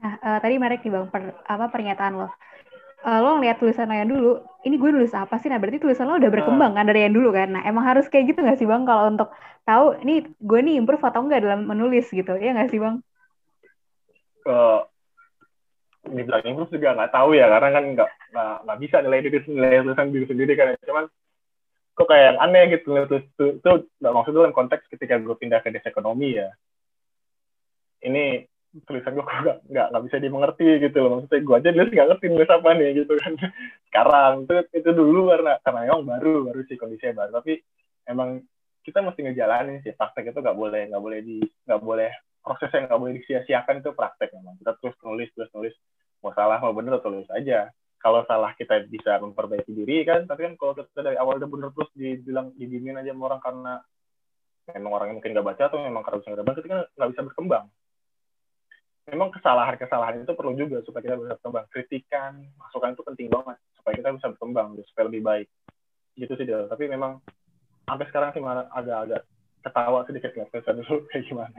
Nah, tadi menarik nih Bang, pernyataan lo. Lo ngeliat tulisan lo yang dulu, ini gue nulis apa sih? Nah, berarti tulisan lo udah berkembang Nah, kan dari yang dulu kan? Nah, emang harus kayak gitu nggak sih Bang kalau untuk tahu ini gue nih improve atau enggak dalam menulis gitu, ya nggak sih Bang? ke dibilang improve juga nggak tahu ya, karena kan nggak bisa nilai tulisan diri sendiri kan. Cuman kok kayak yang aneh gitu nilai itu nggak, maksud dalam konteks ketika gue pindah ke desa ekonomi ya, ini tulisan gue kok nggak bisa dimengerti gitu loh. Maksudnya gue aja nulis nggak ngerti nulis apa nih gitu kan. Sekarang itu dulu karena memang baru sih, kondisinya baru, tapi emang kita mesti ngejalanin sih. Praktek itu nggak boleh prosesnya nggak boleh disia-siakan, itu praktek memang. Kita terus nulis mau salah mau bener tulis aja. Kalau salah kita bisa memperbaiki diri kan, tapi kan kalau kita dari awal udah bener terus dibilang didiemin aja sama orang karena memang orangnya mungkin nggak baca atau memang karena bisa nggak baca, itu kan nggak bisa berkembang. Memang kesalahan-kesalahan itu perlu juga supaya kita bisa berkembang. Kritikan, masukan itu penting banget supaya kita bisa berkembang, supaya lebih baik. Gitu sih dia. Tapi memang sampai sekarang sih malah agak-agak ketawa sedikit ya dulu kayak gimana.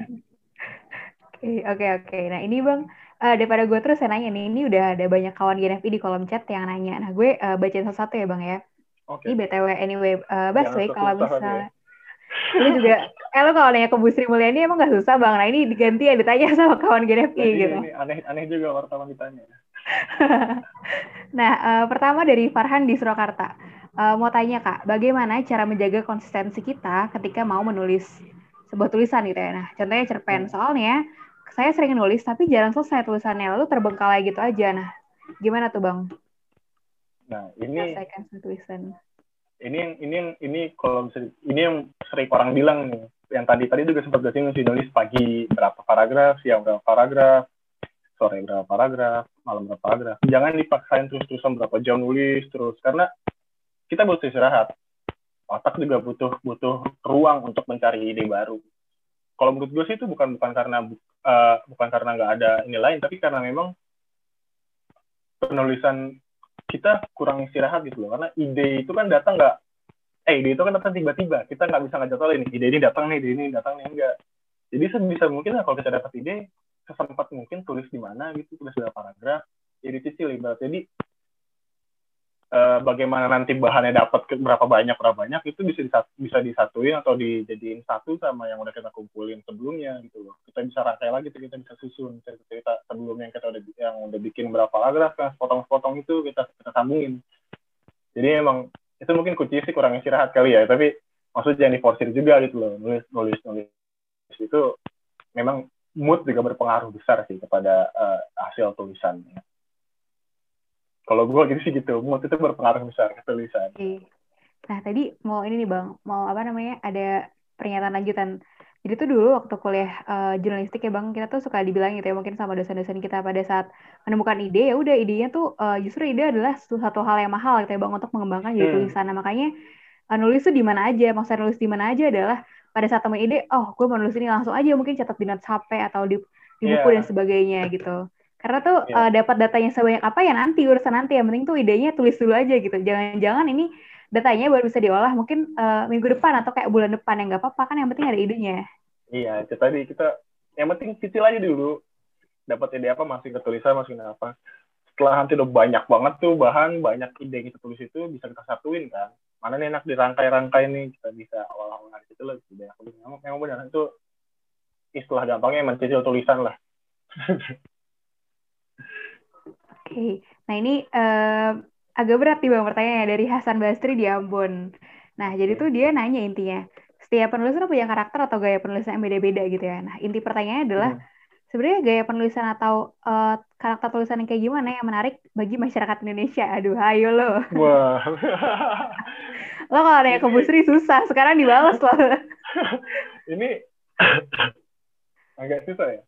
Oke. Nah ini Bang, daripada gue terus saya nanya nih, ini udah ada banyak kawan GNFI di kolom chat yang nanya. Nah gue bacain satu-satu ya Bang ya. Ini Oke. BTW anyway, Jangan Baswe kalau susah tapi ya. misalnya lu juga, lu kalau nanya ke Bu Sri Mulyani emang gak susah Bang. Nah ini diganti ya ditanya sama kawan Nah, GNFI iya gitu. ini aneh juga wartawan ditanya. Nah, pertama dari Farhan di Surakarta. Mau tanya Kak, bagaimana cara menjaga konsistensi kita ketika mau menulis sebuah tulisan gitu ya. Nah, contohnya cerpen. Soalnya saya sering nulis tapi jarang selesai tulisannya, lalu terbengkalai gitu aja. Nah, gimana tuh Bang? Nah, ini Selesaikan tulisan. ini kalau bisa, ini yang sering orang bilang nih, yang tadi juga sempat gue singgung sih, nulis pagi berapa paragraf, siang berapa paragraf, sore berapa paragraf, malam berapa paragraf. Jangan dipaksain terus-terusan berapa jam nulis terus, karena kita butuh istirahat. Otak juga butuh ruang untuk mencari ide baru. Kalau menurut gue sih itu bukan karena nggak ada ini lain, tapi karena memang penulisan kita kurang istirahat gitu loh. Karena ide itu kan ide itu kan datang tiba-tiba. Kita nggak bisa ngejadwalin ide ini datang nih, ide ini datang nih, enggak. Jadi sebisa mungkin kalau kita dapat ide, sesempat mungkin tulis di mana gitu, tulis berapa paragraf, jadi dicicil ibarat. Jadi bagaimana nanti bahannya dapat berapa banyak itu bisa disatuin atau dijadiin satu sama yang udah kita kumpulin sebelumnya gitu loh. Kita bisa rangkai lagi, kita bisa susun cerita sebelumnya yang udah bikin berapa paragraf kan, potong-potong itu kita sambungin. Jadi emang itu mungkin kunci sih kurang istirahat kali ya, tapi maksudnya jangan diforsir juga gitu loh. Nulis itu memang mood juga berpengaruh besar sih kepada hasil tulisan. Kalau gue gitu sih gitu, mood itu berpengaruh besar ke tulisan. Nah tadi mau ini nih Bang, mau apa namanya, ada pernyataan lanjutan. Jadi tuh dulu waktu kuliah jurnalistik ya Bang, kita tuh suka dibilang gitu ya, mungkin sama dosen-dosen kita pada saat menemukan ide, ya udah idenya tuh justru ide adalah satu hal yang mahal gitu ya Bang untuk mengembangkan jadi tulisan. Nah makanya nulis tuh di mana aja, maksudnya nulis di mana aja adalah pada saat temen ide, oh gue mau nulis ini langsung aja, mungkin catat di notes HP atau di buku dan sebagainya gitu. Karena tuh dapat datanya sebanyak apa ya nanti, urusan nanti, yang penting tuh idenya tulis dulu aja gitu. Jangan-jangan ini datanya baru bisa diolah mungkin minggu depan atau kayak bulan depan, yang nggak apa-apa kan, yang penting ada idenya. Iya, itu tadi kita yang penting cicil aja dulu, dapat ide apa, masukin ke tulisan, masukin apa. Setelah nanti udah banyak banget tuh bahan, banyak ide yang kita tulis itu bisa kita satuin kan. Mana nih enak dirangkai-rangkai nih, kita bisa olah-olah gitu loh. Memang benar itu istilah gampangnya mencicil tulisan lah. Oke. Nah ini agak berat nih Bang pertanyaannya dari Hasan Basri di Ambon. Nah jadi tuh dia nanya intinya, setiap penulis tuh punya karakter atau gaya penulisan yang beda-beda gitu ya. Nah inti pertanyaannya adalah sebenarnya gaya penulisan atau karakter tulisan yang kayak gimana yang menarik bagi masyarakat Indonesia? Aduh, ayo lo. Wah. Lo kalau nanya ke Bu Sri susah, sekarang dibalas loh. Ini agak susah ya.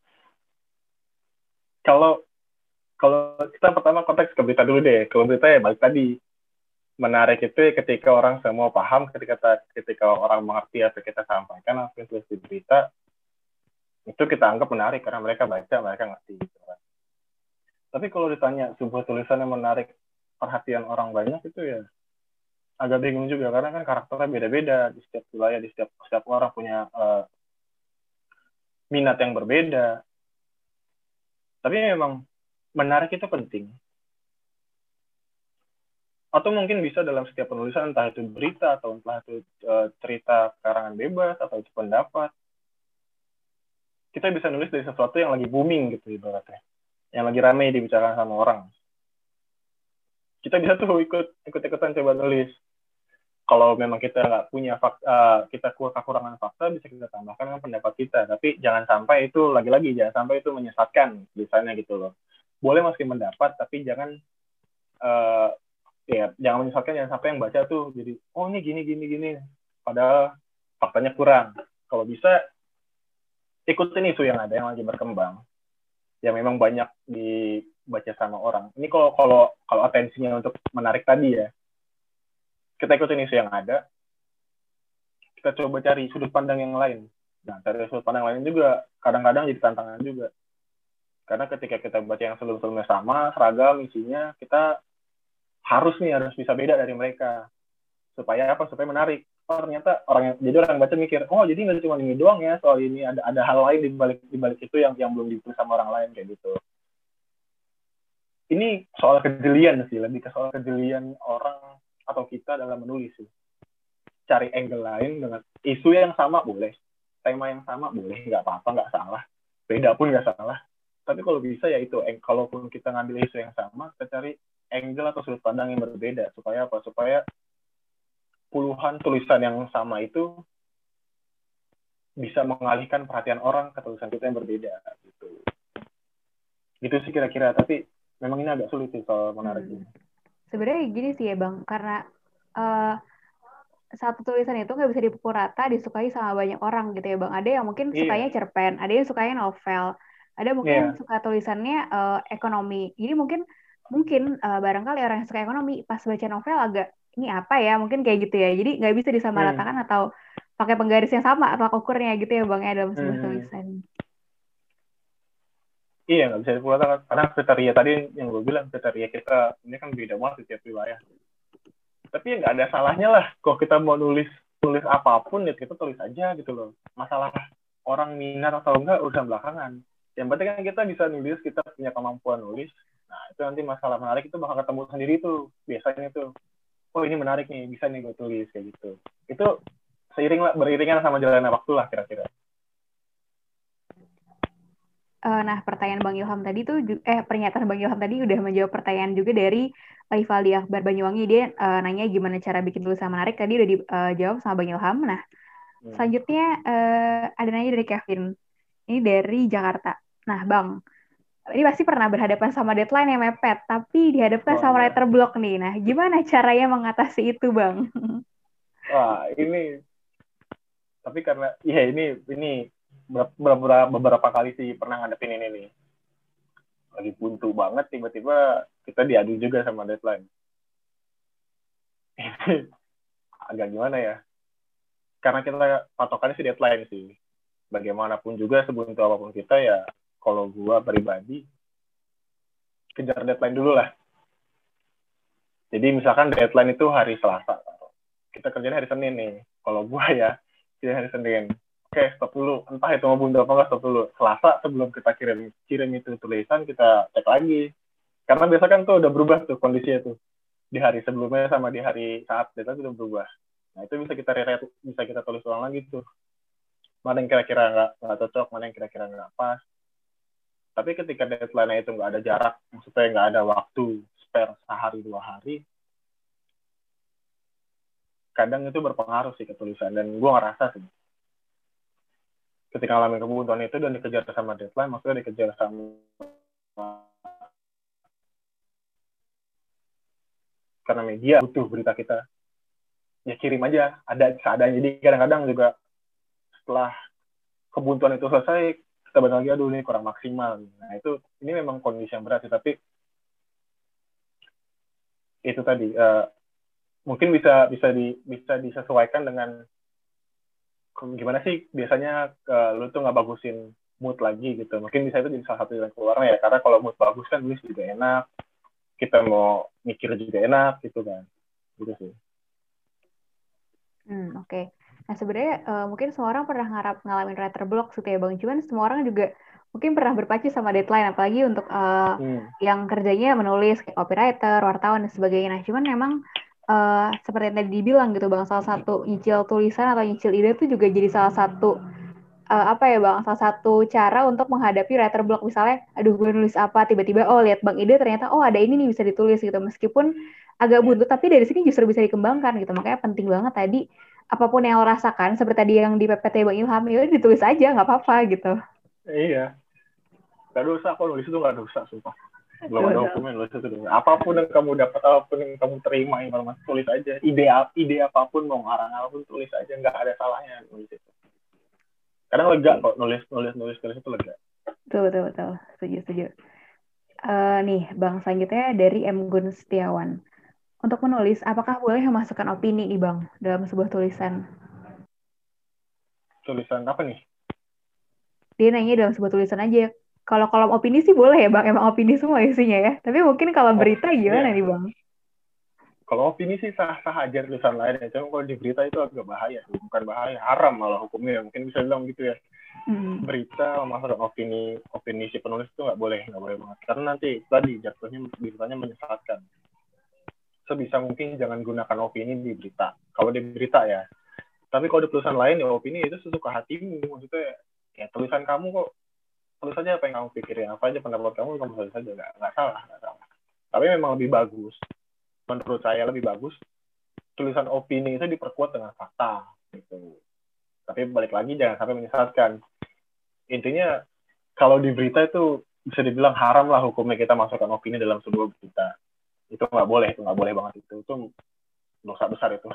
Kalau kita pertama konteks ke berita dulu deh. Kalau berita ya balik tadi, menarik itu ketika orang semua paham, ketika orang mengerti apa kita sampaikan, apa yang tulis di berita, itu kita anggap menarik karena mereka baca, mereka ngerti gitu kan. Tapi kalau ditanya sebuah tulisan yang menarik perhatian orang banyak, itu ya agak bingung juga karena kan karakternya beda-beda di setiap wilayah, di setiap orang punya minat yang berbeda. Tapi memang menarik itu penting. Atau mungkin bisa dalam setiap penulisan, entah itu berita atau entah itu cerita karangan bebas atau itu pendapat, kita bisa nulis dari sesuatu yang lagi booming gitu ibaratnya, yang lagi ramai dibicarakan sama orang. Kita bisa tuh ikut-ikutan coba nulis. Kalau memang kita nggak punya fakta, kita kekurangan fakta, bisa kita tambahkan dengan pendapat kita. Tapi jangan sampai itu, lagi-lagi, jangan sampai itu menyesatkan, misalnya gitu loh. Boleh meski mendapat, tapi jangan ya jangan menyesatkan, jangan sampai yang baca tuh jadi oh ini gini padahal faktanya kurang. Kalau bisa ikutin isu yang ada yang lagi berkembang, yang memang banyak dibaca sama orang. Ini kalau atensinya untuk menarik tadi ya, kita ikutin isu yang ada, kita coba cari sudut pandang yang lain. Nah, cari sudut pandang lain juga kadang-kadang jadi tantangan juga, karena ketika kita baca yang sebelum-sebelumnya sama, seragam isinya, kita harus bisa beda dari mereka. Supaya apa? Supaya menarik. Oh ternyata jadi orang baca mikir, oh jadi nggak cuma ini doang ya, soal ini ada hal lain di balik itu yang belum ditulis sama orang lain kayak gitu. Ini soal kejelian sih, lebih ke soal kejelian orang atau kita dalam menulis sih. Cari angle lain dengan isu yang sama boleh, tema yang sama boleh, nggak apa-apa, nggak salah, beda pun nggak salah. Tapi kalau bisa ya itu, kalaupun kita ngambil isu yang sama, kita cari angle atau sudut pandang yang berbeda. Supaya apa? Supaya puluhan tulisan yang sama itu bisa mengalihkan perhatian orang ke tulisan kita yang berbeda gitu. Gitu sih kira-kira, tapi memang ini agak sulit sih soal menarik ini. Sebenarnya gini sih ya Bang, karena satu tulisan itu nggak bisa dipukul rata disukai sama banyak orang gitu ya Bang. Ada yang mungkin sukanya cerpen, ada yang sukanya novel, ada mungkin suka tulisannya ekonomi. Jadi mungkin barangkali orang yang suka ekonomi pas baca novel agak ini apa ya, mungkin kayak gitu ya. Jadi nggak bisa disamaratakan atau pakai penggaris yang sama atau ukurnya gitu ya Bang ya dalam sebuah tulisan. Iya, nggak bisa dipukul karena kriteria tadi yang gue bilang, kriteria kita ini kan beda banget di tiap wilayah. Tapi nggak ada salahnya lah kalau kita mau nulis apapun ya kita tulis aja gitu loh. Masalah orang minat atau enggak urusan belakangan. Yang penting kan kita bisa nulis, kita punya kemampuan nulis. Nah itu nanti masalah menarik itu bakal ketemu sendiri tuh biasanya tuh. Oh ini menarik nih, bisa nih gue tulis kayak gitu. Itu beriringan sama jalannya waktu lah kira-kira. Nah, pertanyaan Bang Ilham tadi tuh, pernyataan Bang Ilham tadi udah menjawab pertanyaan juga dari Ivaldi Akbar Banyuwangi. Dia nanya gimana cara bikin tulisan menarik. Tadi udah dijawab sama Bang Ilham. Nah, selanjutnya ada nanya dari Kevin. Ini dari Jakarta. Nah, Bang, ini pasti pernah berhadapan sama deadline yang mepet, tapi dihadapkan sama writer block nih. Nah, gimana caranya mengatasi itu, Bang? Wah, ini tapi karena ya ini beberapa kali sih pernah ngadepin ini nih. Lagi buntu banget, tiba-tiba kita diadu juga sama deadline. Agak gimana ya? Karena kita patokannya sih deadline sih. Bagaimanapun juga sebuntu apapun kita ya, kalau gua pribadi kejar deadline dulu lah. Jadi misalkan deadline itu hari Selasa, kita kerjanya hari Senin nih. Kalau gua ya, kerja hari Senin. Oke, stop dulu. Entah itu mau buntu apa enggak, stop dulu. Selasa sebelum kita kirim itu tulisan, kita cek lagi. Karena biasa kan tuh udah berubah tuh kondisinya tuh. Di hari sebelumnya sama di hari saat deadline udah berubah. Nah itu bisa kita tulis ulang lagi tuh. Mana yang kira-kira nggak cocok, mana yang kira-kira nggak pas. Tapi ketika deadline itu nggak ada jarak, maksudnya nggak ada waktu spare sehari 2 hari, kadang itu berpengaruh sih ke tulisan. Dan gue ngerasa sih, ketika ngalamin kebuntuan itu dan dikejar sama deadline, maksudnya dikejar sama karena media butuh berita kita, ya kirim aja, ada seadanya. Jadi kadang-kadang juga setelah kebuntuan itu selesai, kita balik lagi, aduh ini kurang maksimal. Nah itu, ini memang kondisi yang berat sih, tapi itu tadi, mungkin bisa disesuaikan dengan gimana sih biasanya lu tuh nggak bagusin mood lagi gitu. Mungkin bisa itu jadi salah satu jalan keluarnya ya, karena kalau mood bagus kan nulis juga enak, kita mau mikir juga enak gitu kan, gitu sih. Oke. Nah sebenarnya mungkin semua orang pernah ngalamin writer block gitu ya Bang. Cuman semua orang juga mungkin pernah berpacu sama deadline, apalagi untuk yang kerjanya menulis kayak copywriter, wartawan dan sebagainya. Nah, cuman memang seperti yang tadi dibilang gitu Bang, salah satu nyicil tulisan atau nyicil ide itu juga jadi salah satu apa ya Bang, salah satu cara untuk menghadapi writer block. Misalnya, aduh gue nulis apa, tiba-tiba lihat Bang ide ternyata ada ini nih bisa ditulis gitu. Meskipun agak buntu, tapi dari sini justru bisa dikembangkan gitu. Makanya penting banget tadi, apapun yang lo rasakan, seperti tadi yang di PPT Bang Ilham, ya udah ditulis aja, nggak apa-apa gitu. Iya, gak dosa kok nulis itu, gak dosa sumpah. Belum ada Betul. hukumnya nulis itu. Apapun yang kamu dapat, apapun yang kamu terima informasi, tulis aja. Ide apapun, mau ngarang apapun, tulis aja. Nggak ada salahnya nulis itu. Kadang lega kok nulis itu lega. Betul. Setuju. Nih, Bang, selanjutnya dari M. Gun Setiawan. Untuk menulis, apakah boleh memasukkan opini nih, Bang, dalam sebuah tulisan? Tulisan apa nih? Dia nanya dalam sebuah tulisan aja. Kalau kolom opini sih boleh ya, Bang. Emang opini semua isinya ya. Tapi mungkin kalau berita gimana nih, Bang? Kalau opini sih sah-sah aja tulisan lain ya. Cuma kalau di berita itu agak bahaya. Bukan bahaya, haram malah hukumnya. Mungkin bisa bilang gitu ya. Berita memasukkan opini si penulis itu nggak boleh banget. Karena nanti tadi jatuhnya beritanya menyesatkan. Sebisa mungkin jangan gunakan opini di berita. Kalau di berita ya. Tapi kalau di tulisan lain ya opini itu sesuka hatimu. Maksudnya ya tulisan kamu kok, tulis aja apa yang kamu pikirin, apa aja pendapat kamu tulis aja, nggak salah. Tapi memang lebih bagus, menurut saya lebih bagus tulisan opini itu diperkuat dengan fakta gitu. Tapi balik lagi jangan sampai menyesatkan. Intinya kalau di berita itu bisa dibilang haram lah hukumnya kita masukkan opini dalam sebuah berita. Itu nggak boleh banget itu dosa besar itu.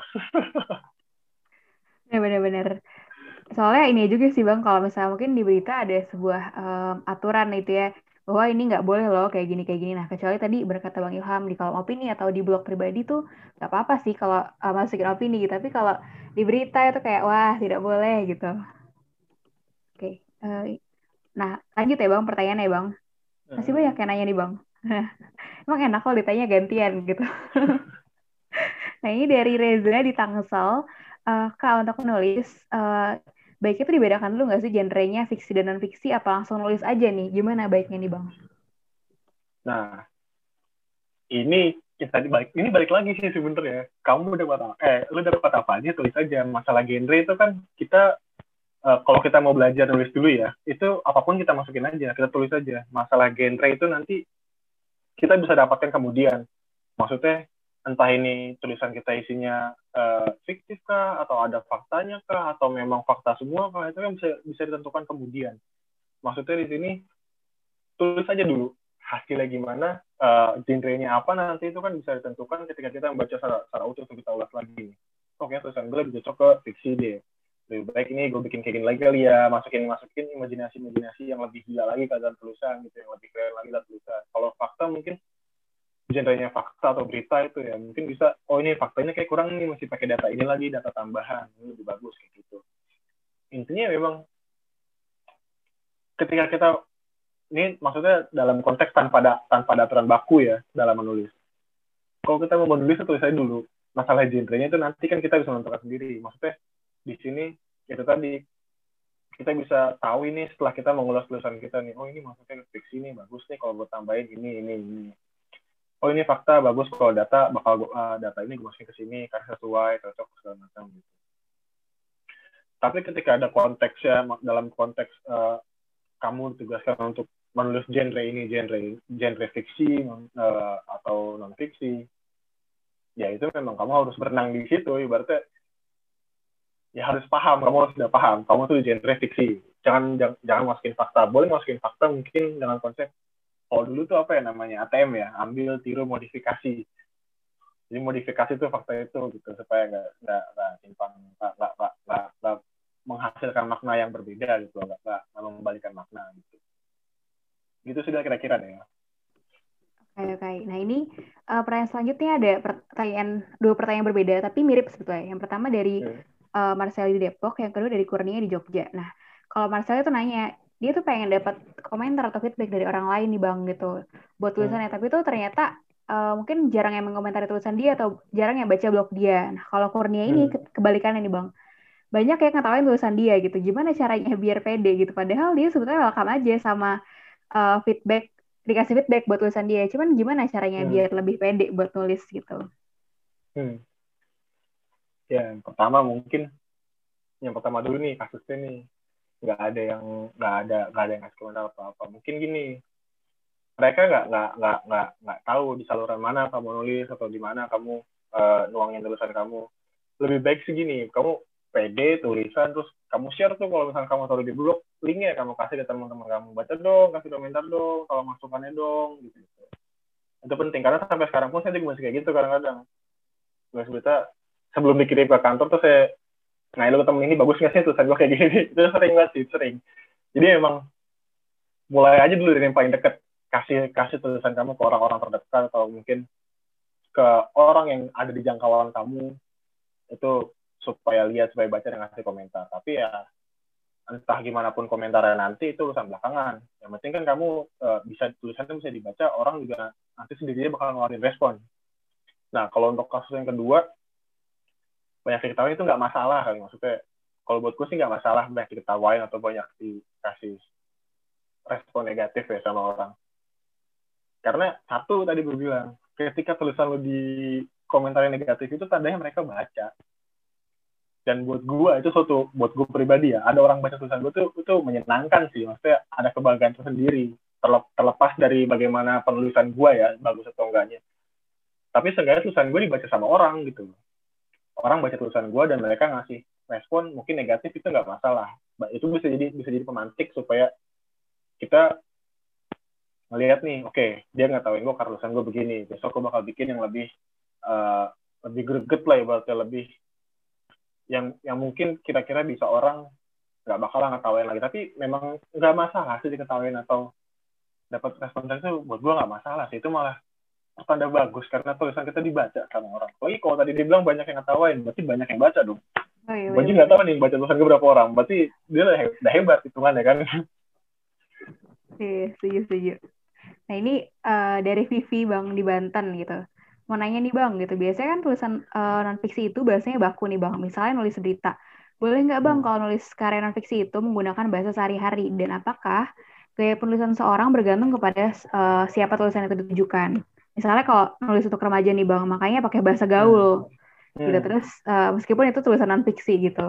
Ya benar-benar. Soalnya ini juga sih Bang, kalau misalnya mungkin di berita ada sebuah aturan itu ya, bahwa ini nggak boleh loh kayak gini. Nah, kecuali tadi berkata Bang Ilham di kolom opini atau di blog pribadi tuh nggak apa-apa sih kalau masukin opini gitu. Tapi kalau di berita itu kayak, wah tidak boleh gitu. Oke. Nah, lanjut ya Bang, pertanyaannya Bang. Masih banyak yang nanya nih Bang. Emang enak kalau ditanya gantian gitu. Nah, ini dari Reza di Tangsel. Kak, untuk menulis, baiknya itu dibedakan dulu nggak sih genrenya fiksi dan non-fiksi, apa langsung nulis aja nih? Gimana baiknya nih, Bang? Nah, ini balik lagi sih sebenarnya. Kamu lu dapat apa aja tulis aja. Masalah genre itu kan kita kalau kita mau belajar nulis dulu ya, itu apapun kita masukin aja, kita tulis aja. Masalah genre itu nanti kita bisa dapatkan kemudian. Maksudnya entah ini tulisan kita isinya fiktif kah, atau ada faktanya kah, atau memang fakta semua kah, itu kan bisa ditentukan kemudian. Maksudnya di sini tulis aja dulu hasilnya gimana, genre-nya apa, nanti itu kan bisa ditentukan ketika kita membaca secara utuh, kita ulas lagi. Oke, tulisan gue lebih cocok ke fiksi deh. Lebih baik ini gue bikin kayak gini lagi kali ya, masukin imajinasi yang lebih gila lagi ke dalam tulisan gitu, yang lebih keren lagi dalam tulisan. Kalau fakta mungkin genrenya fakta atau berita itu ya mungkin bisa, ini faktanya kayak kurang nih, masih pakai data ini lagi, data tambahan, ini lebih bagus kayak gitu. Intinya memang ketika kita, ini maksudnya dalam konteks tanpa ada aturan baku ya dalam menulis. Kalau kita mau menulis, tulis aja dulu. Masalah genrenya itu nanti kan kita bisa menentukan sendiri. Maksudnya di sini itu tadi kita bisa tahu ini setelah kita mengulas tulisan kita nih, ini maksudnya fiksi nih bagus nih kalau gue tambahin ini. Ini fakta bagus kalau data data ini gue masukin ke sini karena sesuai, cocok segala macam gitu. Tapi ketika ada konteksnya, dalam konteks kamu ditugaskan untuk menulis genre fiksi atau non fiksi, ya itu memang kamu harus berenang di situ. Ibaratnya ya harus paham, kamu harus sudah paham kamu tuh genre fiksi. Jangan masukin fakta. Boleh masukin fakta mungkin dengan konsep, kalau dulu tuh apa ya namanya, ATM ya, ambil tiru modifikasi. Jadi modifikasi itu fakta itu gitu, supaya nggak menghasilkan makna yang berbeda gitu, nggak membalikan makna gitu. Gitu sudah kira-kira deh ya. Oke. Nah, ini pertanyaan selanjutnya ada dua pertanyaan berbeda, tapi mirip sebetulnya. Yang pertama dari Marcel di Depok, yang kedua dari Kurnia di Jogja. Nah, kalau Marcel itu nanya, dia tuh pengen dapat komentar atau feedback dari orang lain nih Bang gitu, buat tulisannya. Tapi tuh ternyata mungkin jarang yang mengomentari tulisan dia atau jarang yang baca blog dia. Nah, kalau Kurnia ini kebalikannya nih Bang. banyak yang ngetawain tulisan dia gitu. Gimana caranya biar pede gitu? Padahal dia sebetulnya welcome aja sama feedback, dikasih feedback buat tulisan dia. Cuman gimana caranya Hmm. biar lebih pede buat nulis gitu? Hmm. Ya, yang pertama dulu nih kasusnya nih, nggak ada yang ngasih komentar apa-apa. Mungkin gini, mereka nggak tahu di saluran mana kamu nulis atau di mana kamu nuangin tulisan kamu. Lebih baik segini, kamu pede tulisan terus kamu share tuh kalau misalnya kamu taruh di blog, linknya kamu kasih ke teman-teman kamu, baca dong, kasih komentar dong, kalau masukannya dong, gitu. Itu penting karena sampai sekarang pun saya juga masih kayak gitu kadang-kadang. Nulis berita sebelum dikirim ke kantor tuh saya lu temen ini bagus nggak sih tulisan gue kayak gini. Itu sering banget sih, sering. Jadi emang mulai aja dulu dari yang paling deket, kasih kasih tulisan kamu ke orang-orang terdekat atau mungkin ke orang yang ada di jangkauan kamu, itu supaya lihat, supaya baca dan ngasih komentar. Tapi ya entah gimana pun komentarnya nanti itu urusan belakangan. Yang penting kan kamu bisa tulisannya bisa dibaca, orang juga nanti sendirinya bakal ngeluarin respon. Nah kalau untuk kasus yang kedua, banyak diketawain itu nggak masalah kali, maksudnya kalau buat gue sih nggak masalah banyak diketawain atau banyak dikasih respon negatif ya sama orang. Karena satu tadi gue bilang, ketika tulisan lo di komentar yang negatif itu tandanya mereka baca. Dan buat gue itu buat gue pribadi ya, ada orang baca tulisan gue tuh itu menyenangkan sih, maksudnya ada kebanggaan tersendiri, terlepas dari bagaimana penulisan gue ya, bagus atau enggaknya. Tapi seenggaknya tulisan gue dibaca sama orang gitu. Orang baca tulisan gue dan mereka ngasih respon mungkin negatif, itu nggak masalah. Itu bisa jadi pemantik supaya kita ngelihat nih, oke, dia nggak tahuin gue karena tulisan gue begini, besok gue bakal bikin yang lebih greget lah, ibaratnya lebih yang mungkin kira-kira bisa orang nggak bakalan ngetawain lagi. Tapi memang nggak masalah sih diketawain atau dapat respon itu, buat gue nggak masalah sih, itu malah pertanda bagus karena tulisan kita dibaca sama orang. Lagi kalau tadi dibilang banyak yang ngetawain, berarti banyak yang baca dong. Oh iya Gue nggak benar-benar. tahu nih baca tulisan gue berapa orang, berarti dia udah hebat hitungannya kan. Iya, setuju, setuju. Nah ini dari Vivi Bang di Banten gitu. Mau nanya nih Bang gitu, biasanya kan tulisan non-fiksi itu bahasanya baku nih Bang. Misalnya nulis berita. Boleh nggak Bang kalau nulis karya non-fiksi itu menggunakan bahasa sehari-hari? Dan apakah gaya penulisan seorang bergantung kepada siapa tulisan itu ditujukan? Misalnya kalau nulis untuk remaja nih Bang, makanya pakai bahasa gaul gitu. Terus meskipun itu tulisan non-fiksi gitu.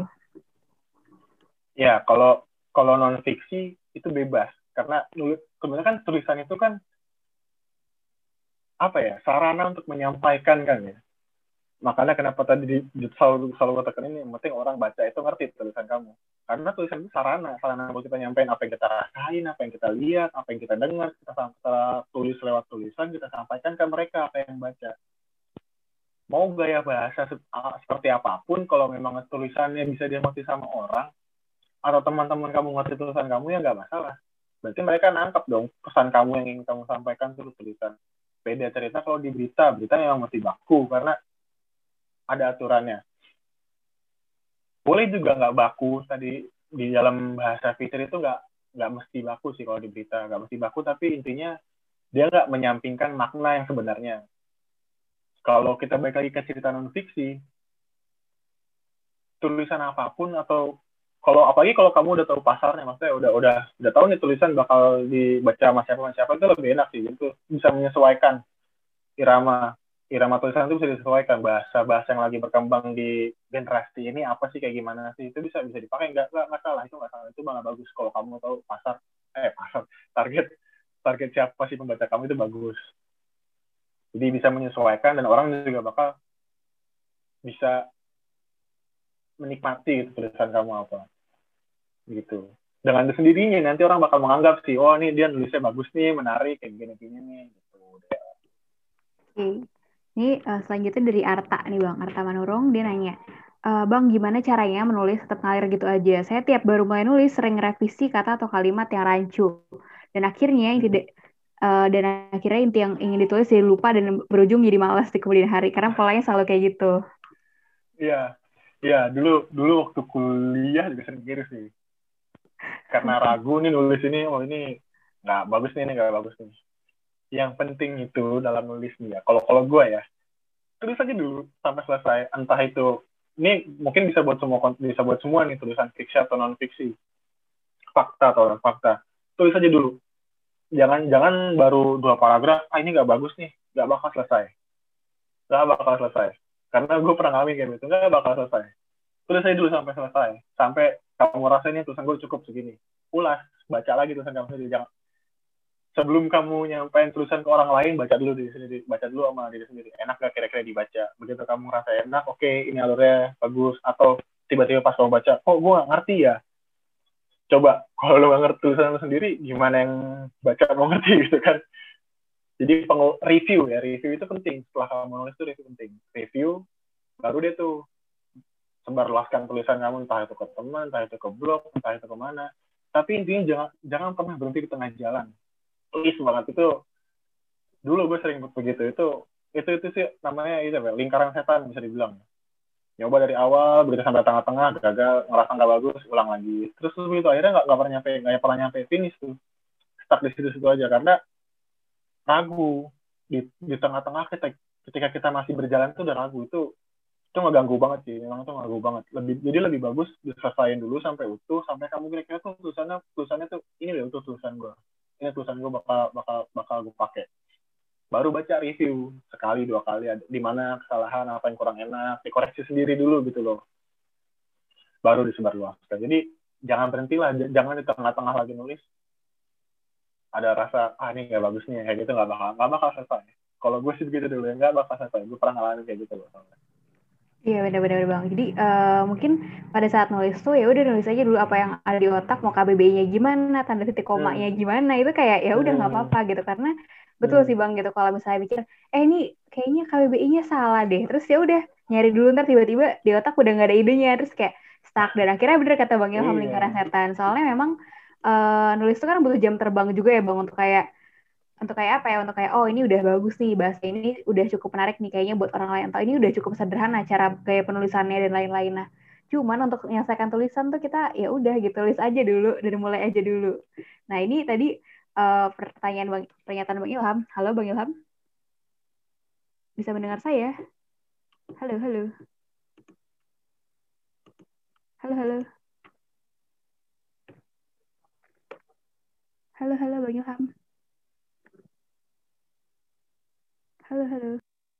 Ya, kalau non fiksi itu bebas karena sebenarnya kan tulisan itu kan apa ya, sarana untuk menyampaikan kan ya. Makanya kenapa tadi selalu katakan ini, yang penting orang baca itu ngerti tulisan kamu. Karena tulisan itu sarana buat kita nyampein apa yang kita rasain, apa yang kita lihat, apa yang kita dengar, kita tulis lewat tulisan, kita sampaikan ke mereka apa yang baca. Mau gaya bahasa seperti apapun, kalau memang tulisannya bisa dimengerti sama orang, atau teman-teman kamu ngerti tulisan kamu, ya nggak masalah. Berarti mereka nangkep dong pesan kamu yang ingin kamu sampaikan tulis tulisan. Beda cerita kalau di berita memang mesti baku karena ada aturannya. Boleh juga nggak baku, tadi di dalam bahasa Twitter itu nggak mesti baku sih kalau di berita, nggak mesti baku, tapi intinya dia nggak menyampingkan makna yang sebenarnya. Kalau kita balik lagi ke cerita non fiksi, tulisan apapun atau apalagi kalau kamu udah tahu pasarnya, maksudnya udah tahu nih tulisan bakal dibaca sama siapa itu lebih enak sih, itu bisa menyesuaikan irama tulisan itu, bisa disesuaikan bahasa yang lagi berkembang di generasi ini apa sih, kayak gimana sih, itu bisa dipakai, nggak salah, itu nggak salah, itu malah bagus kalau kamu tahu pasar target siapa sih pembaca kamu, itu bagus. Jadi bisa menyesuaikan dan orang juga bakal bisa menikmati gitu, tulisan kamu apa gitu. Dengan sendirinya nanti orang bakal menganggap sih, oh ini dia nulisnya bagus nih, menarik, kayak gini nih gitu. Oke. Ini selanjutnya dari Arta nih Bang, Arta Manurung, dia nanya, Bang gimana caranya menulis tetap ngalir gitu aja? Saya tiap baru mulai nulis sering revisi kata atau kalimat yang rancu. Dan akhirnya yang tidak dan akhirnya inti yang ingin ditulis jadi lupa dan berujung jadi malas di kemudian hari karena polanya selalu kayak gitu. Iya, iya, dulu waktu kuliah juga sering gitu sih. Karena ragu nih nulis ini, oh ini nggak bagus nih, ini nggak bagus nih. Yang penting itu dalam nulis nih ya, kalau gue ya, tulis aja dulu sampai selesai. Entah itu ini mungkin bisa buat semua nih, tulisan fiksi atau non fiksi, fakta atau non fakta, tulis aja dulu. Jangan baru 2 paragraf, ini nggak bagus nih, nggak bakal selesai. Karena gue pernah ngalamin kayak gitu, nggak bakal selesai. Tulis aja dulu sampai selesai, sampai kamu rasa ini tulisan gue cukup segini. Ulas, baca lagi tulisan kamu sendiri. Jangan, sebelum kamu nyampein tulisan ke orang lain, baca dulu sama diri sendiri. Enak gak kira-kira dibaca? Begitu kamu rasa enak, oke, ini alurnya bagus. Atau tiba-tiba pas kamu baca, kok gue gak ngerti ya? Coba, kalau lo gak ngerti tulisan lo sendiri, gimana yang baca mau ngerti gitu kan? Jadi review itu penting. Setelah kamu nulis itu review penting. Review, baru dia tuh sebarluaskan tulisan kamu, entah itu ke teman, entah itu ke blog, entah itu kemana. Tapi intinya jangan pernah berhenti di tengah jalan. Please banget, itu dulu gue sering begitu. Itu sih namanya itu lingkaran setan bisa dibilang. Nyoba dari awal begitu sampai tengah-tengah gagal, ngerasa nggak bagus, ulang lagi. Terus begitu akhirnya nggak pernah nyampe finish tuh. Stuck di situ aja karena ragu di tengah-tengah ketika kita masih berjalan tuh udah ragu. Itu ngeganggu banget sih, memang itu ngeganggu banget. Jadi lebih bagus diselesain dulu sampai utuh, sampai kamu kira-kira tuh tulisannya tuh ini loh, tuh tulisan gue. Ini tulisan gue bakal gue pakai. Baru baca review sekali 2 kali, di mana kesalahan, apa yang kurang enak, dikoreksi sendiri dulu gitu loh. Baru disebarluaskan. Jadi jangan berhentilah, jangan di tengah-tengah lagi nulis ada rasa ini nggak bagus nih, kayak gitu nggak bakal selesai. Kalau gue sih begitu dulu, nggak bakal selesai. Gue pernah ngalamin kayak gitu loh. Iya benar-benar bang. Jadi mungkin pada saat nulis tuh ya udah nulis aja dulu apa yang ada di otak, mau KBBI-nya gimana, tanda titik komanya gimana, itu kayak ya udah nggak apa-apa gitu. Karena betul sih bang gitu, kalau misalnya mikir ini kayaknya KBBI-nya salah deh, terus ya udah nyari dulu, ntar tiba-tiba di otak udah nggak ada idenya, terus kayak stuck. Dan akhirnya bener kata bang Ilham, lingkaran setan. Soalnya memang nulis tuh kan butuh jam terbang juga ya bang, untuk kayak apa ya, untuk kayak ini udah bagus nih, bahasa ini udah cukup menarik nih kayaknya buat orang lain, atau ini udah cukup sederhana cara gaya penulisannya dan lain-lain. Nah cuman untuk menyelesaikan tulisan tuh kita ya udah gitu, tulis aja dulu dan mulai aja dulu. Nah ini tadi pernyataan bang Ilham. Halo bang Ilham, bisa mendengar saya? Halo halo halo halo halo halo bang Ilham, halo halo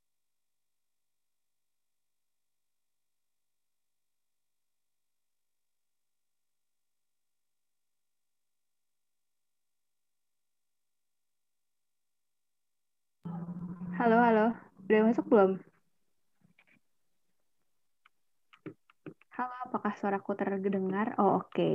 halo halo, udah masuk belum? Halo, apakah suaraku terdengar? Oh oke.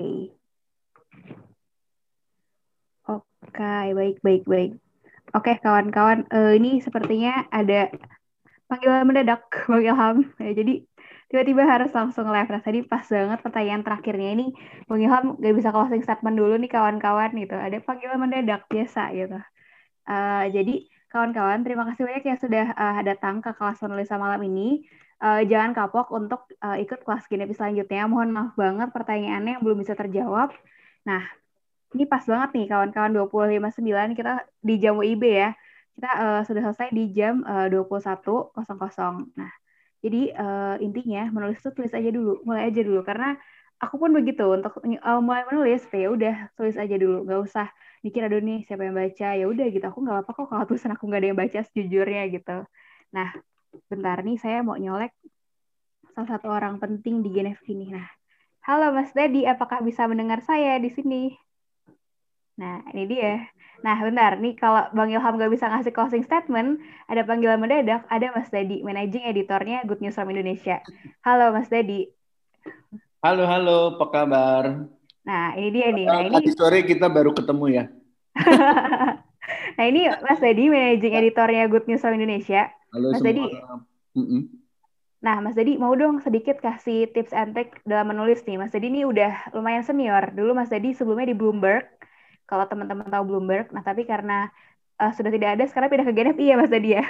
Oke, baik baik baik. Oke kawan-kawan, ini sepertinya ada panggilan mendadak Bang Ilham. Ya, jadi tiba-tiba harus langsung live. Nah, tadi pas banget pertanyaan terakhirnya ini, Bang Ilham gak bisa closing statement dulu nih kawan-kawan gitu. Ada panggilan mendadak biasa gitu. Jadi kawan-kawan, terima kasih banyak yang sudah datang ke kelas penulisan malam ini. Jangan kapok untuk ikut kelas Genepi selanjutnya. Mohon maaf banget pertanyaannya yang belum bisa terjawab. Nah, ini pas banget nih kawan-kawan, 20.59 kita di jam WIB ya. Kita sudah selesai di jam 21.00. Nah, jadi intinya menulis itu tulis aja dulu, mulai aja dulu, karena aku pun begitu untuk mulai menulis, ya udah tulis aja dulu, nggak usah mikir aduh nih siapa yang baca, ya udah gitu, aku nggak apa-apa kok kalau tulisan aku nggak ada yang baca sejujurnya gitu. Nah, bentar nih saya mau nyolek salah satu orang penting di Genef ini. Nah, halo Mas Dedi, apakah bisa mendengar saya di sini? Nah, ini dia. Nah, bentar. Nih, kalau Bang Ilham gak bisa ngasih closing statement, ada panggilan mendadak, ada Mas Dedi, managing editornya Good News from Indonesia. Halo, Mas Dedi. Halo, halo, apa kabar? Nah, ini dia nih. Nah, ini Tadi sore kita baru ketemu ya. Nah, ini Mas Dedi, managing editornya Good News from Indonesia. Halo Mas semua. Dedi. Nah, Mas Dedi mau dong sedikit kasih tips and trick dalam menulis nih. Mas Dedi ini udah lumayan senior. Dulu Mas Dedi sebelumnya di Bloomberg. Kalau teman-teman tahu Bloomberg. Nah, tapi karena sudah tidak ada, sekarang pindah ke GNFI ya Mas Dedi ya.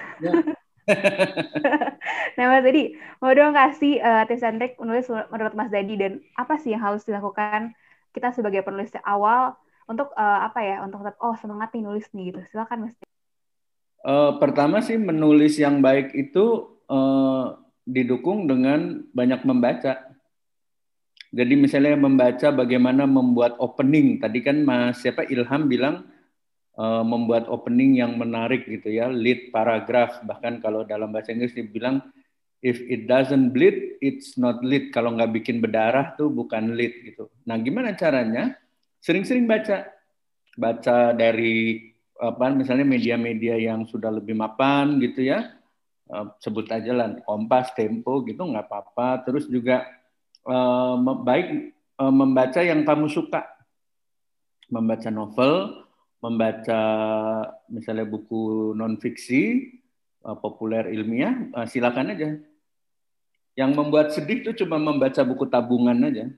Nah Mas Dedi, mau dong kasih tips and trick menulis menurut Mas Dedi, dan apa sih yang harus dilakukan kita sebagai penulis awal untuk untuk tetap semangat nih nulis nih gitu. Silakan Mas Dedi. Pertama sih menulis yang baik itu didukung dengan banyak membaca. Jadi misalnya membaca bagaimana membuat opening. Tadi kan Mas Ilham bilang membuat opening yang menarik gitu ya, lead paragraph. Bahkan kalau dalam bahasa Inggris dibilang if it doesn't bleed, it's not lead. Kalau nggak bikin berdarah tuh bukan lead gitu. Nah, gimana caranya? Sering-sering baca dari misalnya media-media yang sudah lebih mapan gitu ya. Sebut aja lah Kompas, Tempo gitu nggak apa-apa. Terus juga baik membaca yang kamu suka, membaca novel, membaca misalnya buku non fiksi populer ilmiah, silakan aja. Yang membuat sedih tuh cuma membaca buku tabungan aja.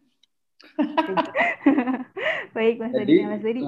Baik, Mas Jadi Dodi. Mas Dodi.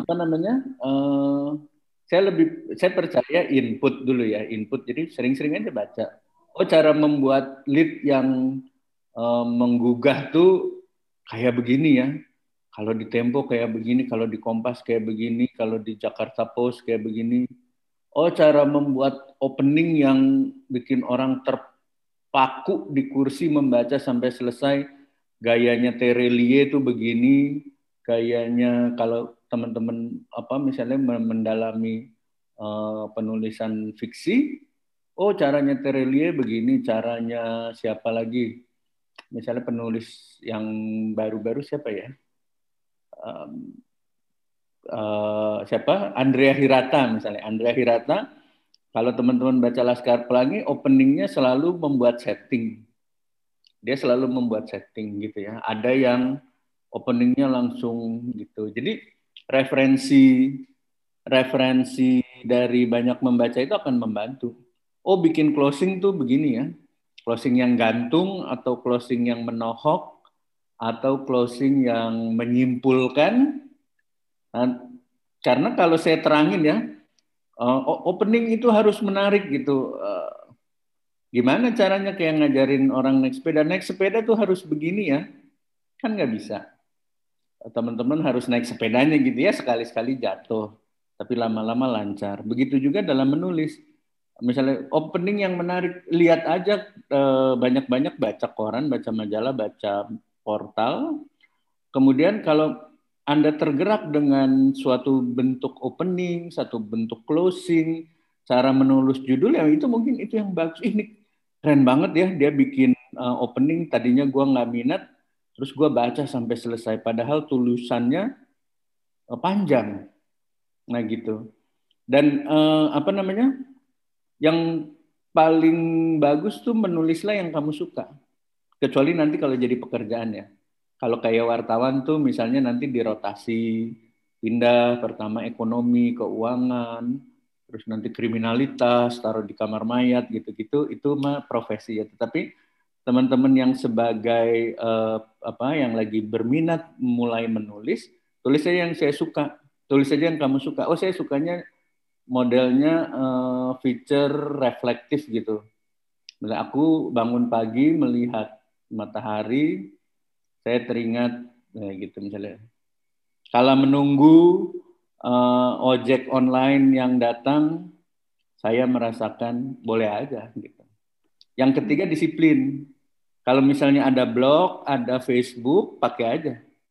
Saya percaya input dulu ya, input. Jadi sering-sering aja baca. Oh, cara membuat lead yang menggugah tuh kayak begini ya. Kalau di Tempo kayak begini, kalau di Kompas kayak begini, kalau di Jakarta Post kayak begini. Oh, cara membuat opening yang bikin orang terpaku di kursi membaca sampai selesai. Gayanya Terelie itu begini, gayanya kalau teman-teman misalnya mendalami penulisan fiksi, oh caranya Terelie begini, caranya siapa lagi? Misalnya penulis yang baru-baru siapa ya? Andrea Hirata misalnya. Andrea Hirata, kalau teman-teman baca Laskar Pelangi, openingnya selalu membuat setting. Dia selalu membuat setting gitu ya. Ada yang openingnya langsung gitu. Jadi referensi dari banyak membaca itu akan membantu. Oh, bikin closing tuh begini ya. Closing yang gantung atau closing yang menohok atau closing yang menyimpulkan. Nah, karena kalau saya terangin ya, opening itu harus menarik gitu. Gimana caranya kayak ngajarin orang naik sepeda? Naik sepeda tuh harus begini ya, kan nggak bisa. Teman-teman harus naik sepedanya gitu ya, sekali-sekali jatuh, tapi lama-lama lancar. Begitu juga dalam menulis. Misalnya opening yang menarik, lihat aja banyak-banyak baca koran, baca majalah, baca portal. Kemudian kalau Anda tergerak dengan suatu bentuk opening, satu bentuk closing, cara menulis judul, ya itu mungkin itu yang bagus. Ini keren banget ya, dia bikin opening, tadinya gue nggak minat, terus gue baca sampai selesai, padahal tulisannya panjang. Nah gitu. Dan yang paling bagus tuh menulislah yang kamu suka. Kecuali nanti kalau jadi pekerjaan ya. Kalau kayak wartawan tuh misalnya nanti dirotasi, pindah pertama ekonomi, keuangan, terus nanti kriminalitas, taruh di kamar mayat gitu-gitu, itu mah profesi ya. Tetapi teman-teman yang sebagai yang lagi berminat mulai menulis, tulis saja yang saya suka, tulis saja yang kamu suka. Oh, saya sukanya modelnya feature reflektif gitu. Misalnya aku bangun pagi melihat matahari, saya teringat gitu misalnya. Kalau menunggu ojek online yang datang, saya merasakan boleh aja gitu. Yang ketiga disiplin. Kalau misalnya ada blog, ada Facebook, pakai aja.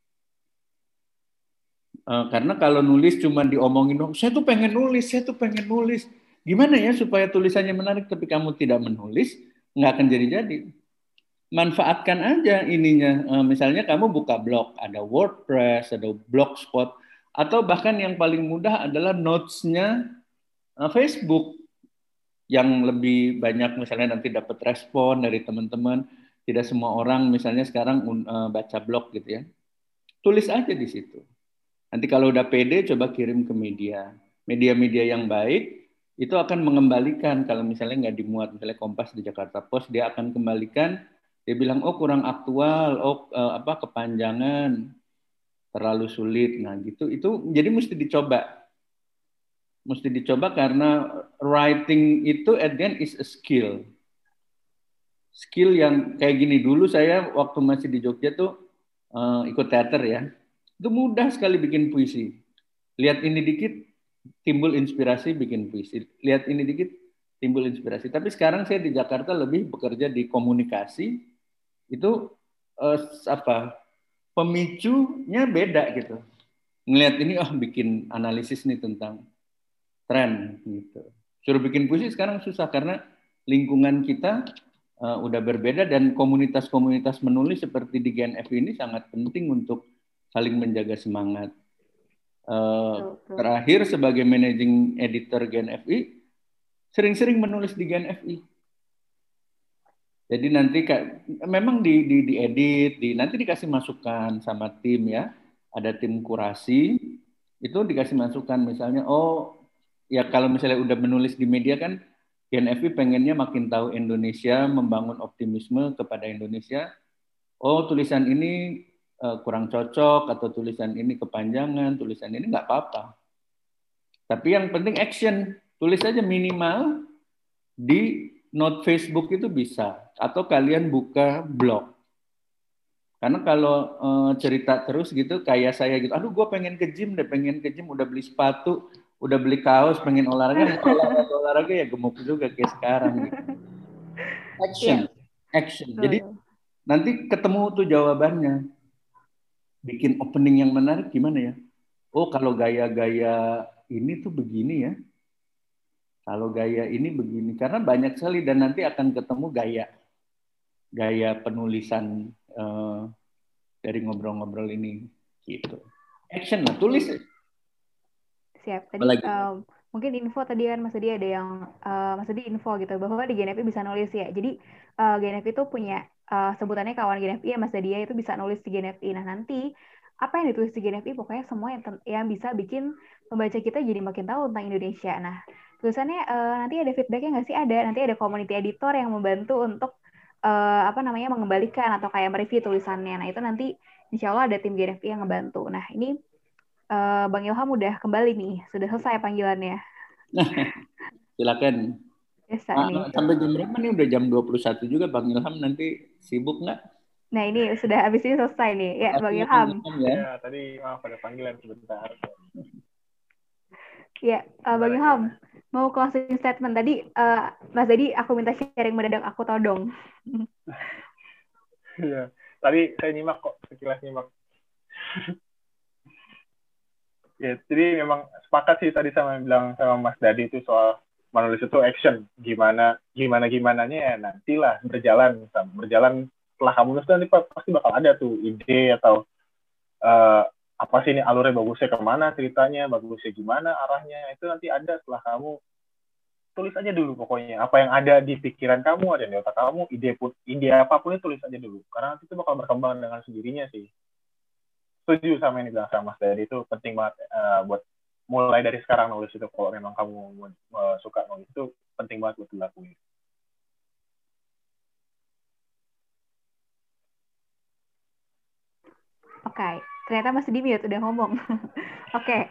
Karena kalau nulis cuma diomongin, saya tuh pengen nulis. Gimana ya supaya tulisannya menarik, tapi kamu tidak menulis, nggak akan jadi-jadi. Manfaatkan aja ininya. Misalnya kamu buka blog, ada WordPress, ada Blogspot, atau bahkan yang paling mudah adalah notes-nya Facebook yang lebih banyak misalnya nanti dapat respon dari teman-teman. Tidak semua orang misalnya sekarang baca blog gitu ya. Tulis aja di situ. Nanti kalau udah pede coba kirim ke media. Media-media yang baik itu akan mengembalikan kalau misalnya nggak dimuat, misalnya Kompas di Jakarta Post, dia akan kembalikan. Dia bilang, oh kurang aktual, kepanjangan, terlalu sulit. Nah gitu, itu jadi mesti dicoba. Mesti dicoba karena writing itu at the end is a skill. Skill yang kayak gini dulu saya waktu masih di Jogja tuh ikut teater ya. Itu mudah sekali bikin puisi. Lihat ini dikit, timbul inspirasi bikin puisi. Lihat ini dikit, timbul inspirasi. Tapi sekarang saya di Jakarta lebih bekerja di komunikasi, itu pemicunya beda gitu. Ngelihat ini, bikin analisis nih tentang tren gitu. Suruh bikin puisi sekarang susah karena lingkungan kita udah berbeda, dan komunitas-komunitas menulis seperti di GNF ini sangat penting untuk saling menjaga semangat. Terakhir sebagai managing editor GNFI, sering-sering menulis di GNFI. Jadi nanti memang diedit, nanti dikasih masukan sama tim ya. Ada tim kurasi, itu dikasih masukan misalnya, ya kalau misalnya udah menulis di media kan, GNFI pengennya makin tahu Indonesia, membangun optimisme kepada Indonesia. Tulisan ini kurang cocok, atau tulisan ini kepanjangan, tulisan ini nggak apa-apa. Tapi yang penting action, tulis aja minimal di note Facebook itu bisa, atau kalian buka blog. Karena kalau cerita terus gitu, kayak saya gitu, aduh gue pengen ke gym, udah beli sepatu, udah beli kaos, pengen olahraga ya gemuk juga kayak sekarang gitu. Action. Jadi nanti ketemu tuh jawabannya. Bikin opening yang menarik gimana ya? Kalau gaya-gaya ini tuh begini ya. Kalau gaya ini begini, karena banyak sekali, dan nanti akan ketemu gaya penulisan dari ngobrol-ngobrol ini gitu. Action lah, tulis. Siap. Tadi mungkin info tadi kan Mas Adi ada yang Mas Adi info gitu bahwa di GNFI bisa nulis ya. Jadi GNFI itu punya sebutannya kawan GNFI ya, Mas Adi itu bisa nulis di GNFI. Nah nanti apa yang ditulis di GNFI pokoknya semua yang bisa bikin pembaca kita jadi makin tahu tentang Indonesia. Nah tulisannya nanti ada feedbacknya nggak sih? Ada. Nanti ada community editor yang membantu untuk mengembalikan atau kayak mereview tulisannya. Nah itu nanti insya Allah ada tim GNFI yang ngebantu. Nah ini Bang Ilham udah kembali nih, sudah selesai panggilannya. Silakan. Sampai jam berapa nih? Udah jam 21 juga, Bang Ilham nanti sibuk nggak? Nah ini sudah habis ini selesai nih, ya Bang Ilham. Ya, tadi maaf ada panggilan sebentar. Ya, Bang Ilham, mau closing statement tadi, Mas Adi, aku minta sharing mendadak, aku todong. Iya, tadi saya nyimak kok, sekilas nyimak. Ya, jadi memang sepakat sih tadi sama Mas Dadi itu soal menulis itu action, gimananya ya nantilah berjalan setelah kamu nulis nanti pasti bakal ada tuh ide atau apa sih ini alurnya bagusnya kemana, ceritanya bagusnya gimana, arahnya itu nanti ada setelah kamu tulis aja dulu pokoknya apa yang ada di pikiran kamu, ada di otak kamu, ide apapun itu tulis aja dulu karena nanti itu bakal berkembang dengan sendirinya sih. Setuju sama yang dibilang sama Mas Dadi, itu penting banget buat mulai dari sekarang nulis itu. Kalau memang kamu suka nulis itu penting banget buat dilakuin. Oke, ternyata Mas Dimyut udah ngomong. Oke,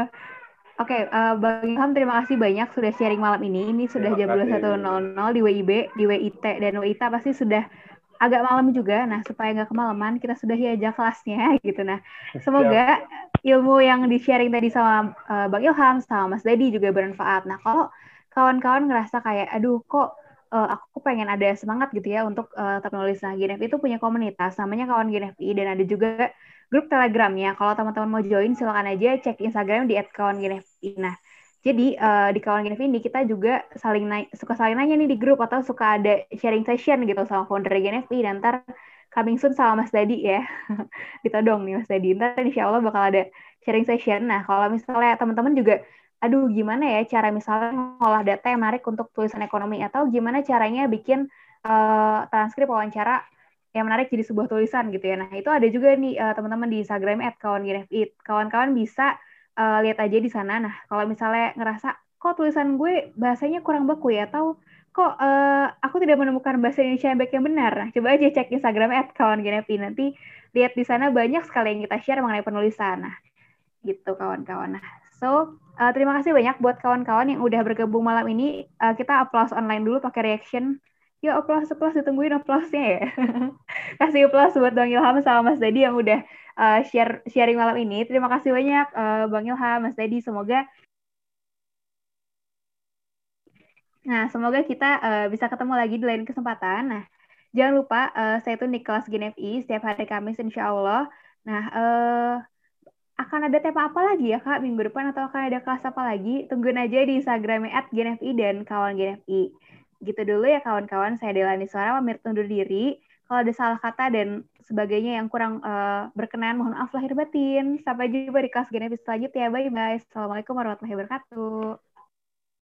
Bang Ilham terima kasih banyak sudah sharing malam ini. Ini sudah jam 21.00 di WIB, di WIT dan WITA pasti sudah agak malam juga. Nah, supaya nggak kemalaman, kita sudahi aja kelasnya gitu. Nah, semoga ilmu yang di-sharing tadi sama Bang Ilham, sama Mas Dadi juga bermanfaat. Nah, kalau kawan-kawan ngerasa kayak, aduh kok aku pengen ada semangat gitu ya untuk tetap nulis. Nah, GNFI itu punya komunitas, namanya Kawan GNFI, dan ada juga grup Telegramnya. Kalau teman-teman mau join, silakan aja cek Instagram di @kawan-GNFI. Nah, jadi di Kawan GNFI ini kita juga suka saling nanya nih di grup, atau suka ada sharing session gitu sama founder GNFI, dan ntar coming soon sama Mas Dadi ya. Ditodong nih Mas Dadi. Ntar insya Allah bakal ada sharing session. Nah kalau misalnya teman-teman juga, aduh gimana ya cara misalnya ngolah data yang menarik untuk tulisan ekonomi, atau gimana caranya bikin transkrip wawancara yang menarik jadi sebuah tulisan gitu ya. Nah itu ada juga nih teman-teman di Instagram @kawan-GNFI. Kawan-kawan bisa lihat aja di sana. Nah, kalau misalnya ngerasa kok tulisan gue bahasanya kurang baku ya, atau kok aku tidak menemukan bahasa Indonesia yang baik yang benar. Nah, coba aja cek Instagram @kawan-GNFI. Nanti lihat di sana banyak sekali yang kita share mengenai penulisan. Nah, gitu kawan-kawan. Nah, so terima kasih banyak buat kawan-kawan yang udah bergabung malam ini. Kita applause online dulu pakai reaction. Yuk applause, ditungguin applause-nya ya. Kasih applause buat Bang Ilham sama Mas Dadi yang udah sharing malam ini. Terima kasih banyak Bang Ilham, Mas Dadi. Semoga Nah, semoga kita bisa ketemu lagi di lain kesempatan. Nah, jangan lupa saya tuh di kelas GNFI setiap hari Kamis insya Allah. Nah, akan ada tema apa lagi ya Kak minggu depan atau akan ada kelas apa lagi? Tungguin aja di Instagramnya @GNFI dan kawan GNFI. Gitu dulu ya kawan-kawan, saya Delani Suara pamit undur diri. Kalau ada salah kata dan sebagainya yang kurang berkenan, mohon maaf lahir batin. Sampai jumpa di kelas GNFI selanjutnya. Bye-bye. Assalamualaikum warahmatullahi wabarakatuh.